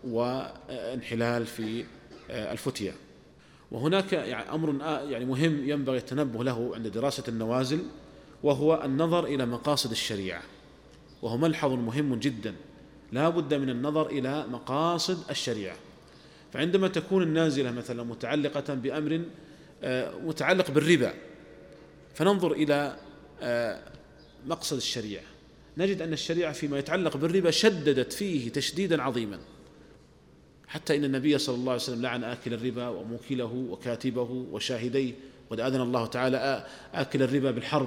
وانحلال في الفتية. وهناك أمر مهم ينبغي التنبه له عند دراسة النوازل، وهو النظر إلى مقاصد الشريعة، وهو ملحظ مهم جدا، لا بد من النظر إلى مقاصد الشريعة. فعندما تكون النازلة مثلا متعلقة بأمر متعلق بالربا، فننظر إلى مقصد الشريعة، نجد أن الشريعة فيما يتعلق بالربا شددت فيه تشديدا عظيما، حتى إن النبي صلى الله عليه وسلم لعن آكل الربا وموكله وكاتبه وشاهديه، قد أذن الله تعالى آكل الربا بالحرب.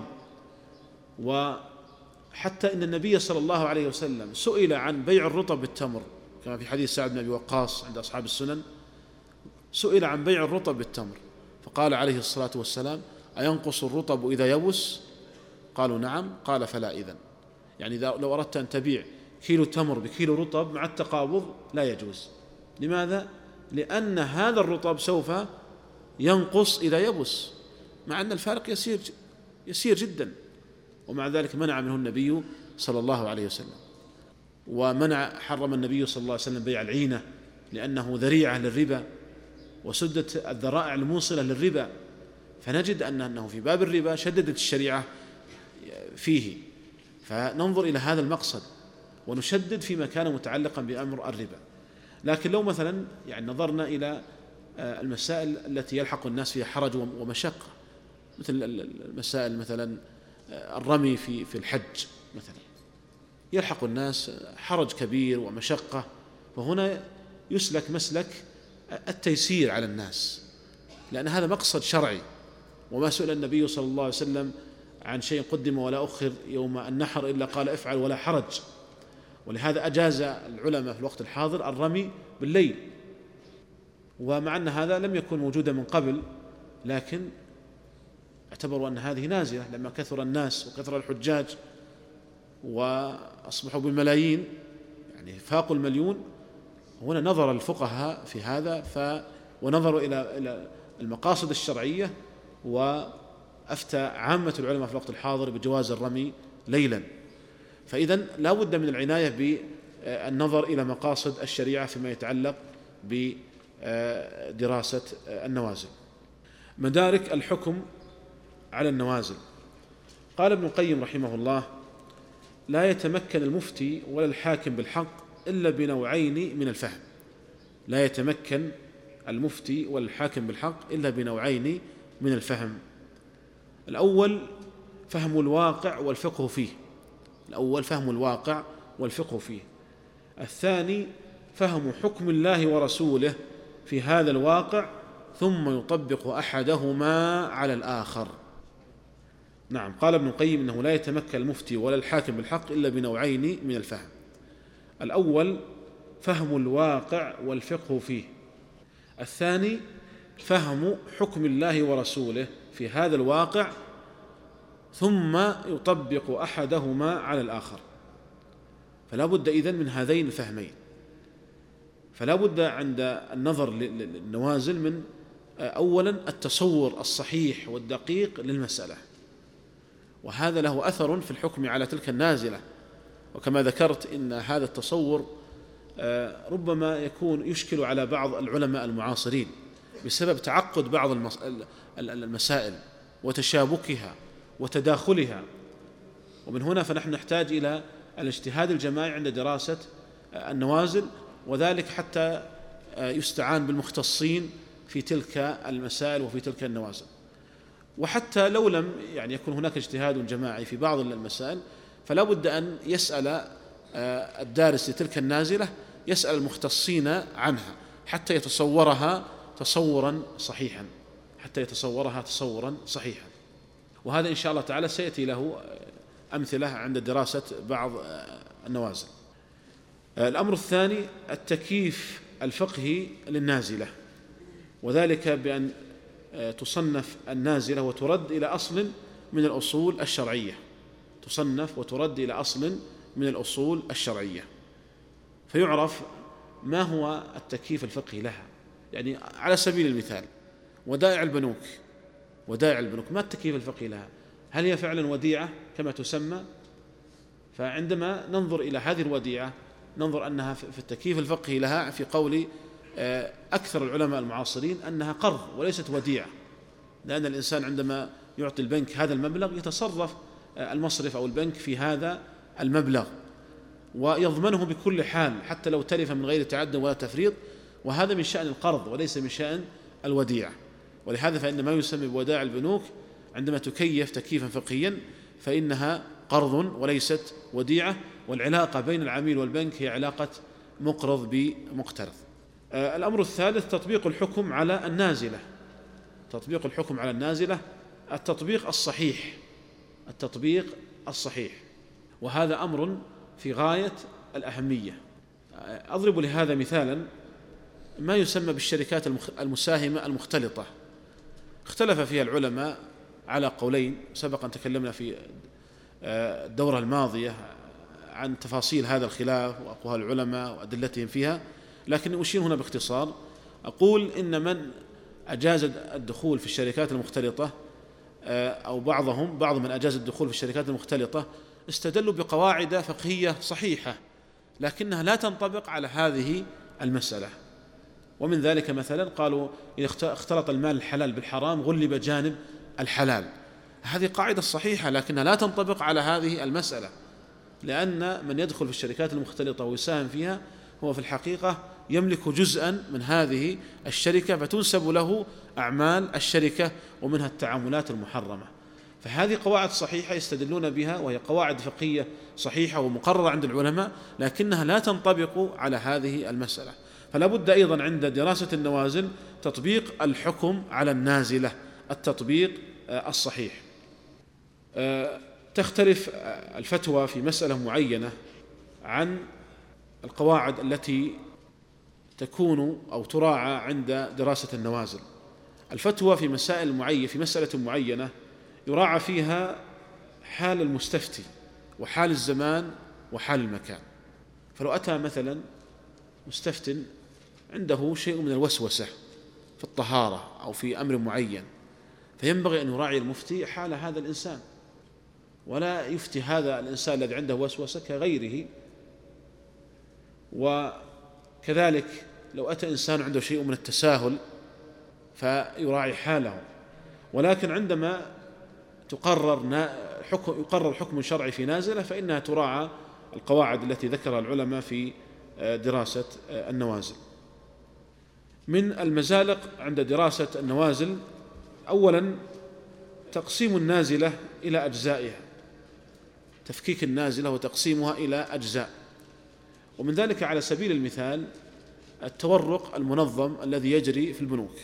وحتى إن النبي صلى الله عليه وسلم سئل عن بيع الرطب بالتمر، كما في حديث سعد بن أبي وقاص عند أصحاب السنن، سئل عن بيع الرطب بالتمر فقال عليه الصلاة والسلام: أينقص الرطب إذا يبس؟ قالوا: نعم. قال: فلا إذن. يعني لو أردت أن تبيع كيلو تمر بكيلو رطب مع التقابض لا يجوز. لماذا؟ لأن هذا الرطب سوف ينقص إذا يبس، مع أن الفارق يسير جدا، ومع ذلك منع منه النبي صلى الله عليه وسلم. حرم النبي صلى الله عليه وسلم بيع العينة لأنه ذريعة للربا، وسدت الذرائع الموصلة للربا، فنجد أنه في باب الربا شددت الشريعة فيه، فننظر إلى هذا المقصد ونشدد فيما كان متعلقا بأمر الربا. لكن لو مثلا نظرنا إلى المسائل التي يلحق الناس فيها حرج ومشقة، مثل المسائل مثلا الرمي في الحج مثلا، يلحق الناس حرج كبير ومشقة، وهنا يسلك مسلك التيسير على الناس، لأن هذا مقصد شرعي. وما سئل النبي صلى الله عليه وسلم عن شيء قدم ولا أخر يوم النحر إلا قال افعل ولا حرج. ولهذا أجاز العلماء في الوقت الحاضر الرمي بالليل، ومع أن هذا لم يكن موجودا من قبل، لكن اعتبروا أن هذه نازلة لما كثر الناس وكثر الحجاج وأصبحوا بالملايين، فاقوا المليون. هنا نظر الفقهاء في هذا ونظروا إلى المقاصد الشرعية، وأفتى عامة العلماء في الوقت الحاضر بجواز الرمي ليلا. فإذن لا بد من العناية بالنظر إلى مقاصد الشريعة فيما يتعلق بدراسة النوازل. مدارك الحكم على النوازل. قال ابن القيم رحمه الله: لا يتمكن المفتي ولا الحاكم بالحق إلا بنوعين من الفهم. لا يتمكن المفتي ولا الحاكم بالحق إلا بنوعين من الفهم. الأول فهم الواقع والفقه فيه. الثاني فهم حكم الله ورسوله في هذا الواقع ثم يطبق أحدهما على الآخر. نعم، قال ابن القيم إنه لا يتمكن المفتي ولا الحاكم بالحق إلا بنوعين من الفهم. الأول فهم الواقع والفقه فيه. الثاني فهم حكم الله ورسوله في هذا الواقع ثم يطبق أحدهما على الآخر. فلا بد إذن من هذين الفهمين. فلا بد عند النظر للنوازل من أولا التصور الصحيح والدقيق للمسألة، وهذا له أثر في الحكم على تلك النازلة. وكما ذكرت إن هذا التصور ربما يكون يشكل على بعض العلماء المعاصرين بسبب تعقد بعض المسائل وتشابكها وتداخلها. ومن هنا فنحن نحتاج إلى الاجتهاد الجماعي عند دراسة النوازل، وذلك حتى يستعان بالمختصين في تلك المسائل وفي تلك النوازل. وحتى لو لم يكون هناك اجتهاد جماعي في بعض المسائل، فلا بد أن يسأل الدارس لتلك النازلة يسأل المختصين عنها حتى يتصورها تصورا صحيحا. وهذا إن شاء الله تعالى سيأتي له أمثلة عند دراسة بعض النوازل. الأمر الثاني التكييف الفقهي للنازلة، وذلك بأن تصنف النازلة وترد إلى أصل من الأصول الشرعية، فيعرف ما هو التكييف الفقهي لها. على سبيل المثال ودائع البنوك، ما التكييف الفقهي لها؟ هل هي فعلا وديعة كما تسمى؟ فعندما ننظر إلى هذه الوديعة ننظر أنها في التكييف الفقهي لها في قول أكثر العلماء المعاصرين أنها قرض وليست وديعة، لأن الإنسان عندما يعطي البنك هذا المبلغ يتصرف المصرف أو البنك في هذا المبلغ ويضمنه بكل حال حتى لو تلف من غير تعد ولا تفريط، وهذا من شأن القرض وليس من شأن الوديعة. ولهذا فإن ما يسمى بودائع البنوك عندما تكيف تكييفا فقهيا فإنها قرض وليست وديعة، والعلاقة بين العميل والبنك هي علاقة مقرض بمقترض. الأمر الثالث تطبيق الحكم على النازلة. التطبيق الصحيح، وهذا أمر في غاية الأهمية. أضرب لهذا مثالا ما يسمى بالشركات المساهمة المختلطة. اختلف فيها العلماء على قولين، سبقا تكلمنا في الدورة الماضية عن تفاصيل هذا الخلاف وأقوال العلماء وأدلتهم فيها، لكن أشير هنا باختصار. أقول إن من أجاز الدخول في الشركات المختلطة أو بعض من أجاز الدخول في الشركات المختلطة استدلوا بقواعد فقهية صحيحة لكنها لا تنطبق على هذه المسألة. ومن ذلك مثلا قالوا إذا اختلط المال الحلال بالحرام غلب جانب الحلال. هذه قاعدة صحيحة لكنها لا تنطبق على هذه المسألة، لأن من يدخل في الشركات المختلطة ويساهم فيها هو في الحقيقة يملك جزءا من هذه الشركة، فتنسب له أعمال الشركة ومنها التعاملات المحرمة. فهذه قواعد صحيحة يستدلون بها، وهي قواعد فقهية صحيحة ومقررة عند العلماء، لكنها لا تنطبق على هذه المسألة. فلا بد أيضا عند دراسة النوازل تطبيق الحكم على النازلة، التطبيق الصحيح. تختلف الفتوى في مسألة معينة عن القواعد التي تكون أو تراعى عند دراسة النوازل. الفتوى في مسألة معينة يراعى فيها حال المستفتي وحال الزمان وحال المكان. فلو أتى مثلا مستفت عنده شيء من الوسوسة في الطهارة أو في أمر معين، فينبغي أن يراعي المفتي حال هذا الإنسان، ولا يفتي هذا الإنسان الذي عنده وسوسة كغيره. وكذلك لو أتى إنسان عنده شيء من التساهل فيراعي حاله. ولكن عندما يقرر حكم شرعي في نازلة فإنها تراعى القواعد التي ذكرها العلماء في دراسة النوازل. من المزالق عند دراسة النوازل أولا تقسيم النازلة إلى أجزائها، تفكيك النازلة وتقسيمها إلى أجزاء. ومن ذلك على سبيل المثال التورق المنظم الذي يجري في البنوك.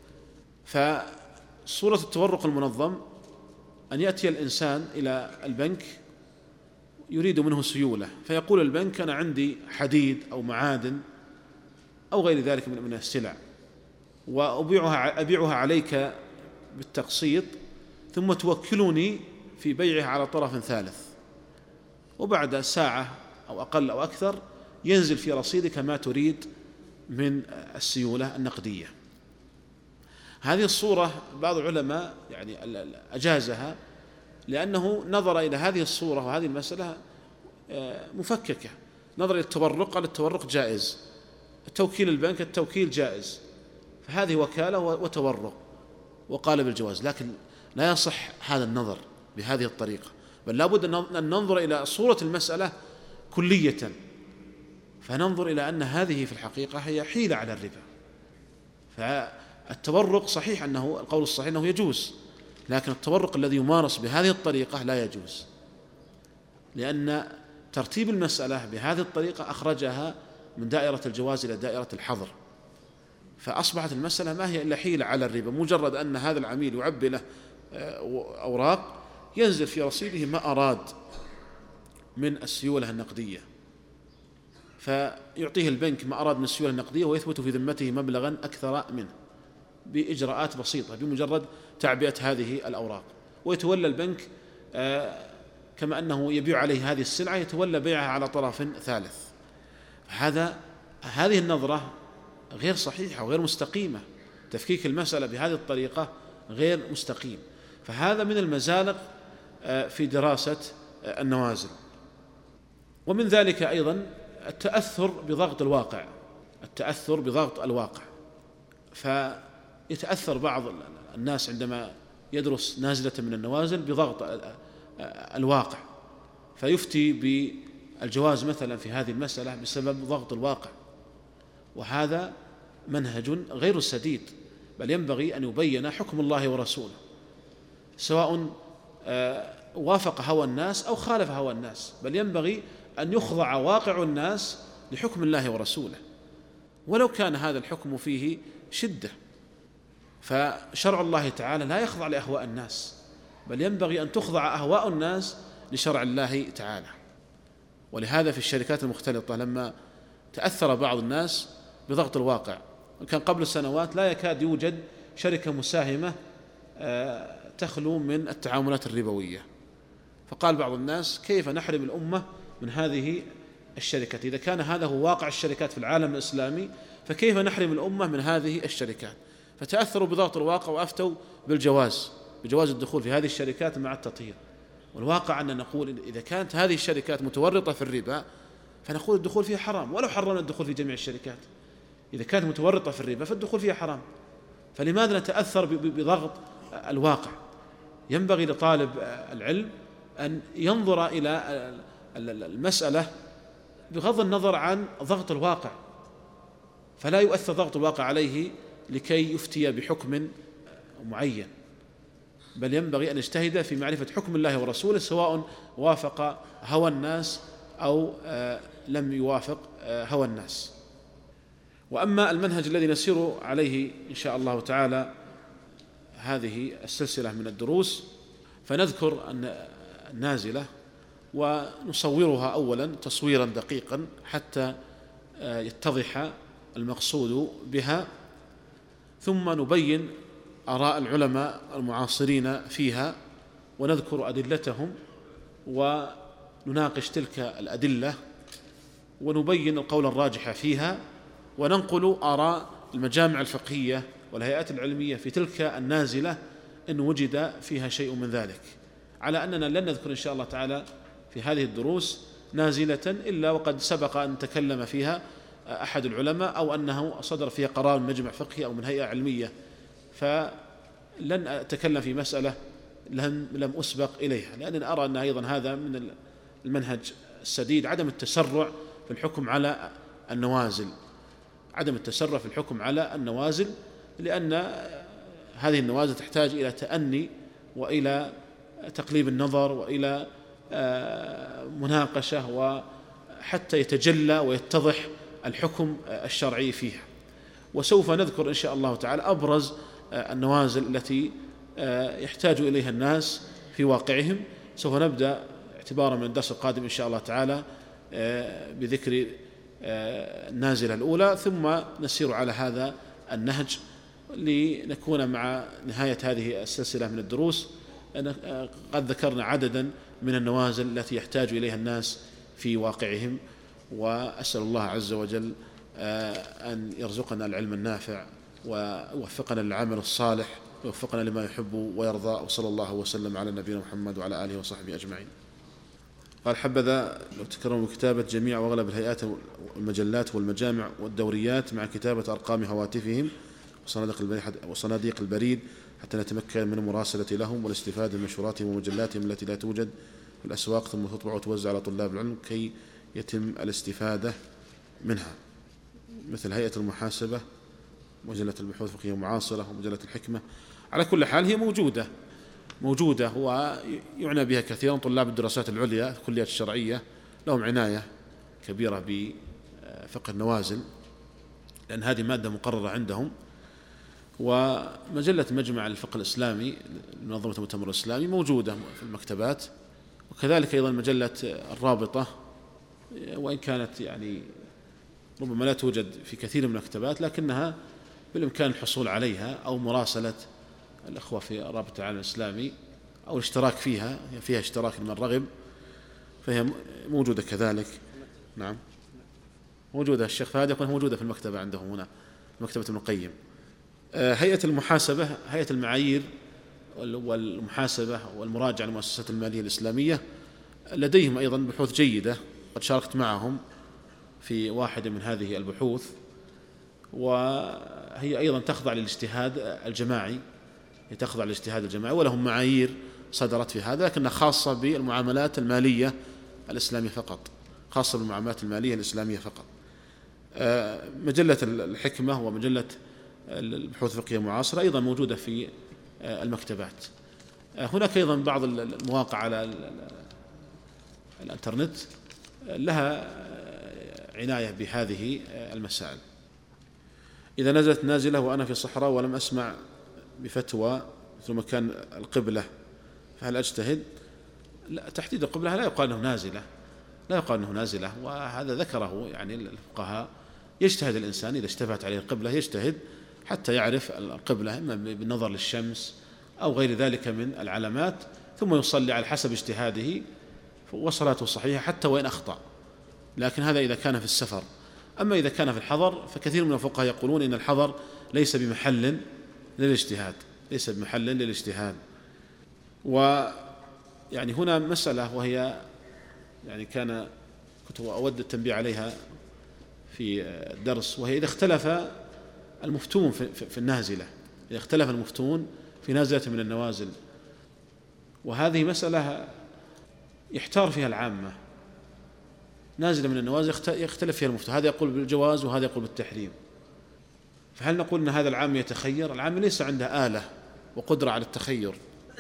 فصورة التورق المنظم أن يأتي الإنسان إلى البنك يريد منه سيولة، فيقول البنك أنا عندي حديد أو معادن أو غير ذلك من السلع، وأبيعها عليك بالتقسيط، ثم توكلني في بيعها على طرف ثالث، وبعد ساعة أو أقل أو أكثر ينزل في رصيدك ما تريد من السيولة النقدية. هذه الصورة بعض العلماء يعني أجازها، لأنه نظر إلى هذه الصورة وهذه المسألة مفككة. نظر إلى التورق، قال التورق جائز، التوكيل البنك التوكيل جائز، فهذه وكالة وتورق، وقال بالجواز. لكن لا يصح هذا النظر بهذه الطريقة، بل لا بد أن ننظر إلى صورة المسألة كلية، فننظر إلى أن هذه في الحقيقة هي حيلة على الربا. فالتورق صحيح أنه القول الصحيح أنه يجوز، لكن التورق الذي يمارس بهذه الطريقة لا يجوز، لأن ترتيب المسألة بهذه الطريقة أخرجها من دائرة الجواز إلى دائرة الحظر، فأصبحت المسألة ما هي إلا حيلة على الربا. مجرد أن هذا العميل يعبي له أوراق ينزل في رصيده ما أراد من السيولة النقدية، فيعطيه البنك ما أراد من السيولة النقدية ويثبت في ذمته مبلغا أكثر منه بإجراءات بسيطة بمجرد تعبئة هذه الأوراق، ويتولى البنك كما أنه يبيع عليه هذه السلعة يتولى بيعها على طرف ثالث. هذه النظرة غير صحيحة وغير مستقيمة، تفكيك المسألة بهذه الطريقة غير مستقيم. فهذا من المزالق في دراسة النوازل. ومن ذلك أيضا التأثر بضغط الواقع، فيتأثر بعض الناس عندما يدرس نازلة من النوازل بضغط الواقع، فيفتي بالجواز مثلا في هذه المسألة بسبب ضغط الواقع، وهذا منهج غير سديد، بل ينبغي أن يبين حكم الله ورسوله، سواء وافق هوى الناس أو خالف هوى الناس، بل ينبغي أن يخضع واقع الناس لحكم الله ورسوله، ولو كان هذا الحكم فيه شدة. فشرع الله تعالى لا يخضع لأهواء الناس، بل ينبغي أن تخضع أهواء الناس لشرع الله تعالى. ولهذا في الشركات المختلطة لما تأثر بعض الناس بضغط الواقع، وكان قبل سنوات لا يكاد يوجد شركة مساهمة تخلو من التعاملات الربوية، فقال بعض الناس كيف نحرم الأمة من هذه الشركات؟ إذا كان هذا هو واقع الشركات في العالم الإسلامي فكيف نحرم الأمة من هذه الشركات؟ فتأثروا بضغط الواقع وأفتوا بجواز الدخول في هذه الشركات مع التطهير، والواقع أن نقول إذا كانت هذه الشركات متورطة في الربا فنقول الدخول فيها حرام، ولو حرمنا الدخول في جميع الشركات. إذا كانت متورطة في الربا فالدخول فيها حرام، فلماذا نتأثر بضغط الواقع؟ ينبغي لطالب العلم أن ينظر إلى المسألة بغض النظر عن ضغط الواقع، فلا يؤثر ضغط الواقع عليه لكي يفتي بحكم معين، بل ينبغي أن يجتهد في معرفة حكم الله ورسوله سواء وافق هوى الناس أو لم يوافق هوى الناس. وأما المنهج الذي نسير عليه إن شاء الله تعالى هذه السلسلة من الدروس، فنذكر النازلة ونصورها أولا تصويرا دقيقا حتى يتضح المقصود بها، ثم نبين آراء العلماء المعاصرين فيها ونذكر أدلتهم ونناقش تلك الأدلة ونبين القول الراجح فيها، وننقل آراء المجامع الفقهية والهيئات العلمية في تلك النازلة إن وجد فيها شيء من ذلك، على أننا لن نذكر إن شاء الله تعالى في هذه الدروس نازلة إلا وقد سبق أن تكلم فيها أحد العلماء أو أنه صدر فيها قرار من مجمع فقهي أو من هيئة علمية، فلن أتكلم في مسألة لم أسبق إليها، لأنني أرى أن أيضا هذا من المنهج السديد عدم التسرع في الحكم على النوازل، عدم التسرع في الحكم على النوازل، لأن هذه النوازل تحتاج إلى تأني وإلى تقليب النظر وإلى مناقشة وحتى يتجلى ويتضح الحكم الشرعي فيها. وسوف نذكر إن شاء الله تعالى أبرز النوازل التي يحتاج إليها الناس في واقعهم. سوف نبدأ اعتبارا من الدرس القادم إن شاء الله تعالى بذكر النازلة الأولى، ثم نسير على هذا النهج لنكون مع نهاية هذه السلسلة من الدروس قد ذكرنا عددا من النوازل التي يحتاج إليها الناس في واقعهم. وأسأل الله عز وجل أن يرزقنا العلم النافع ويوفقنا للعمل الصالح ويوفقنا لما يحب ويرضى، وصلى الله وسلم على نبينا محمد وعلى آله وصحبه أجمعين. قال حبذا لو تكرموا بكتابة جميع وأغلب الهيئات والمجلات والمجامع والدوريات مع كتابة أرقام هواتفهم وصناديق البريد حتى نتمكن من المراسلة لهم والاستفادة من منشوراتهم ومجلاتهم التي لا توجد في الأسواق، ثم تطبع وتوزع على طلاب العلم كي يتم الاستفادة منها، مثل هيئة المحاسبة، مجلة البحوث الفقهية المعاصرة ومجلة الحكمة. على كل حال هي موجودة ويعنى بها كثيرا طلاب الدراسات العليا في الكليات الشرعية، لهم عناية كبيرة بفقه النوازل لأن هذه مادة مقررة عندهم. ومجلة مجمع الفقه الإسلامي منظمة المؤتمر الإسلامي موجودة في المكتبات، وكذلك أيضا مجلة الرابطة، وإن كانت يعني ربما لا توجد في كثير من المكتبات لكنها بالإمكان الحصول عليها أو مراسلة الأخوة في رابطة العالم الإسلامي أو الاشتراك فيها اشتراك لمن رغب، فهي موجودة كذلك. نعم موجودة، الشيخ فهد يقول موجودة في المكتبة عندهم هنا مكتبة ابن القيم. هيئة المحاسبة، هيئة المعايير والمحاسبة والمراجعة للمؤسسات المالية الإسلامية لديهم أيضا بحوث جيدة، قد شاركت معهم في واحدة من هذه البحوث، وهي أيضا تخضع للاجتهاد الجماعي، ولهم معايير صدرت في هذا لكنها خاصة بالمعاملات المالية الإسلامية فقط. مجلة الحكمة ومجلة البحوث الفقهية المعاصرة أيضا موجودة في المكتبات. هناك أيضا بعض المواقع على الانترنت لها عناية بهذه المسائل. إذا نزلت نازلة وأنا في صحراء ولم أسمع بفتوى مثل مكان القبلة فهل أجتهد؟ لا، تحديد القبلة لا يقال أنه نازلة، وهذا ذكره يعني الفقهاء. يجتهد الإنسان إذا اشتبهت عليه القبلة، يجتهد حتى يعرف القبلة إما بالنظر للشمس أو غير ذلك من العلامات، ثم يصلي على حسب اجتهاده وصلاته صحيحة حتى وإن أخطأ، لكن هذا إذا كان في السفر. أما إذا كان في الحضر فكثير من الفقهاء يقولون إن الحضر ليس بمحل للاجتهاد. ومجلة يعني هنا مسألة وهي يعني كنت أود التنبيه عليها في الدرس، وهي إذا اختلف المفتون في النازلة، إذا اختلف المفتون في نازلة من النوازل، وهذه مسألة يحتار فيها العامة، نازلة من النوازل يختلف فيها المفتون، هذا يقول بالجواز وهذا يقول بالتحريم، فهل نقول أن هذا العام يتخير؟ العام ليس عنده آلة وقدرة على التخير،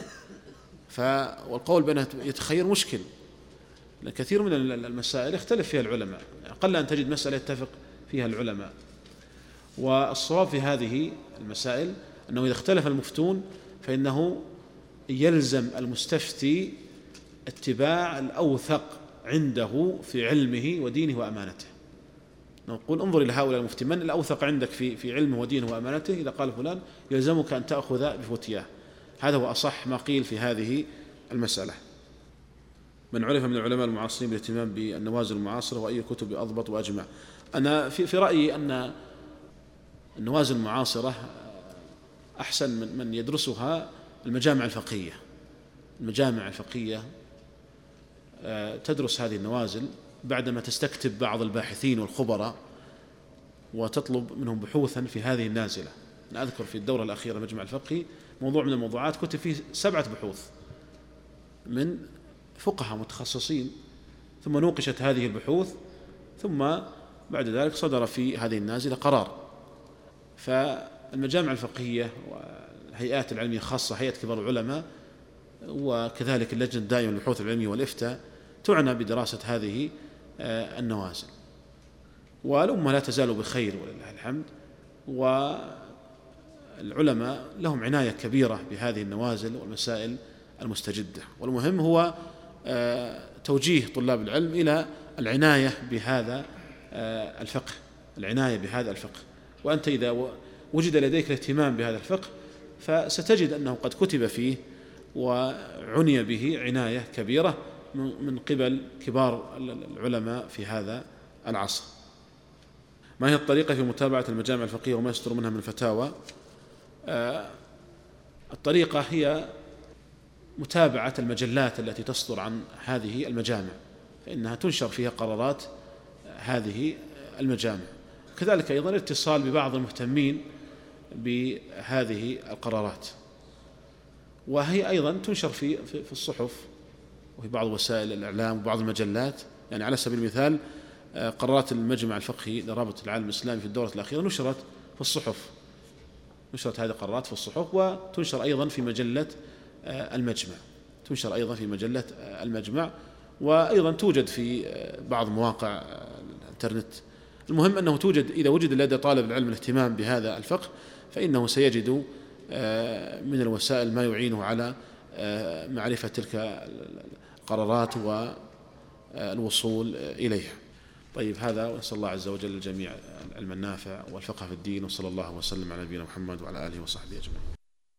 والقول بأنه يتخير مشكل، لأن كثير من المسائل يختلف فيها العلماء، أقل أن تجد مسألة يتفق فيها العلماء. والصواب في هذه المسائل أنه إذا اختلف المفتون فإنه يلزم المستفتي اتباع الأوثق عنده في علمه ودينه وأمانته. نقول انظر إلى هؤلاء المفتين، من الأوثق عندك في علمه ودينه وأمانته؟ إذا قال فلان يلزمك أن تأخذ بفتياه. هذا هو أصح ما قيل في هذه المسألة. من عرف من العلماء المعاصرين بالاهتمام بالنوازل المعاصرة وأي كتب أضبط وأجمع؟ أنا في رأيي أن النوازل المعاصرة أحسن من يدرسها المجامع الفقهية. المجامع الفقهية تدرس هذه النوازل بعدما تستكتب بعض الباحثين والخبراء وتطلب منهم بحوثا في هذه النازلة. أنا أذكر في الدورة الأخيرة المجمع الفقهي موضوع من الموضوعات كتب فيه 7 بحوث من فقهاء متخصصين، ثم نوقشت هذه البحوث، ثم بعد ذلك صدر في هذه النازلة قرار. فالمجامع الفقهية والهيئات العلمية خاصة هيئة كبار العلماء وكذلك اللجنة الدائمة للبحوث العلمية والإفتاء تعنى بدراسة هذه النوازل، والأمة لا تزال بخير ولله الحمد، والعلماء لهم عناية كبيرة بهذه النوازل والمسائل المستجدة. والمهم هو توجيه طلاب العلم إلى العناية بهذا الفقه، العناية بهذا الفقه. وأنت إذا وجد لديك الاهتمام بهذا الفقه فستجد أنه قد كتب فيه وعني به عناية كبيرة من قبل كبار العلماء في هذا العصر. ما هي الطريقة في متابعة المجامع الفقهية وما يصدر منها من فتاوى؟ الطريقة هي متابعة المجلات التي تصدر عن هذه المجامع، فإنها تنشر فيها قرارات هذه المجامع، كذلك أيضا الاتصال ببعض المهتمين بهذه القرارات، وهي أيضا تنشر في الصحف وفي بعض وسائل الإعلام وبعض المجلات. يعني على سبيل المثال قرارات المجمع الفقهي لرابطة العالم الإسلامي في الدورة الأخيرة نشرت في الصحف، نشرت هذه القرارات في الصحف، وتنشر أيضا في مجلة المجمع، تنشر أيضا في مجلة المجمع، وأيضا توجد في بعض مواقع الإنترنت. المهم أنه توجد، إذا وجد لدى طالب العلم الاهتمام بهذا الفقه فإنه سيجد من الوسائل ما يعينه على معرفة تلك القرارات والوصول إليها. طيب، هذا، ونسأل الله عز وجل الجميع العلم النافع والفقه في الدين، وصلى الله وسلم على نبينا محمد وعلى آله وصحبه أجمعين.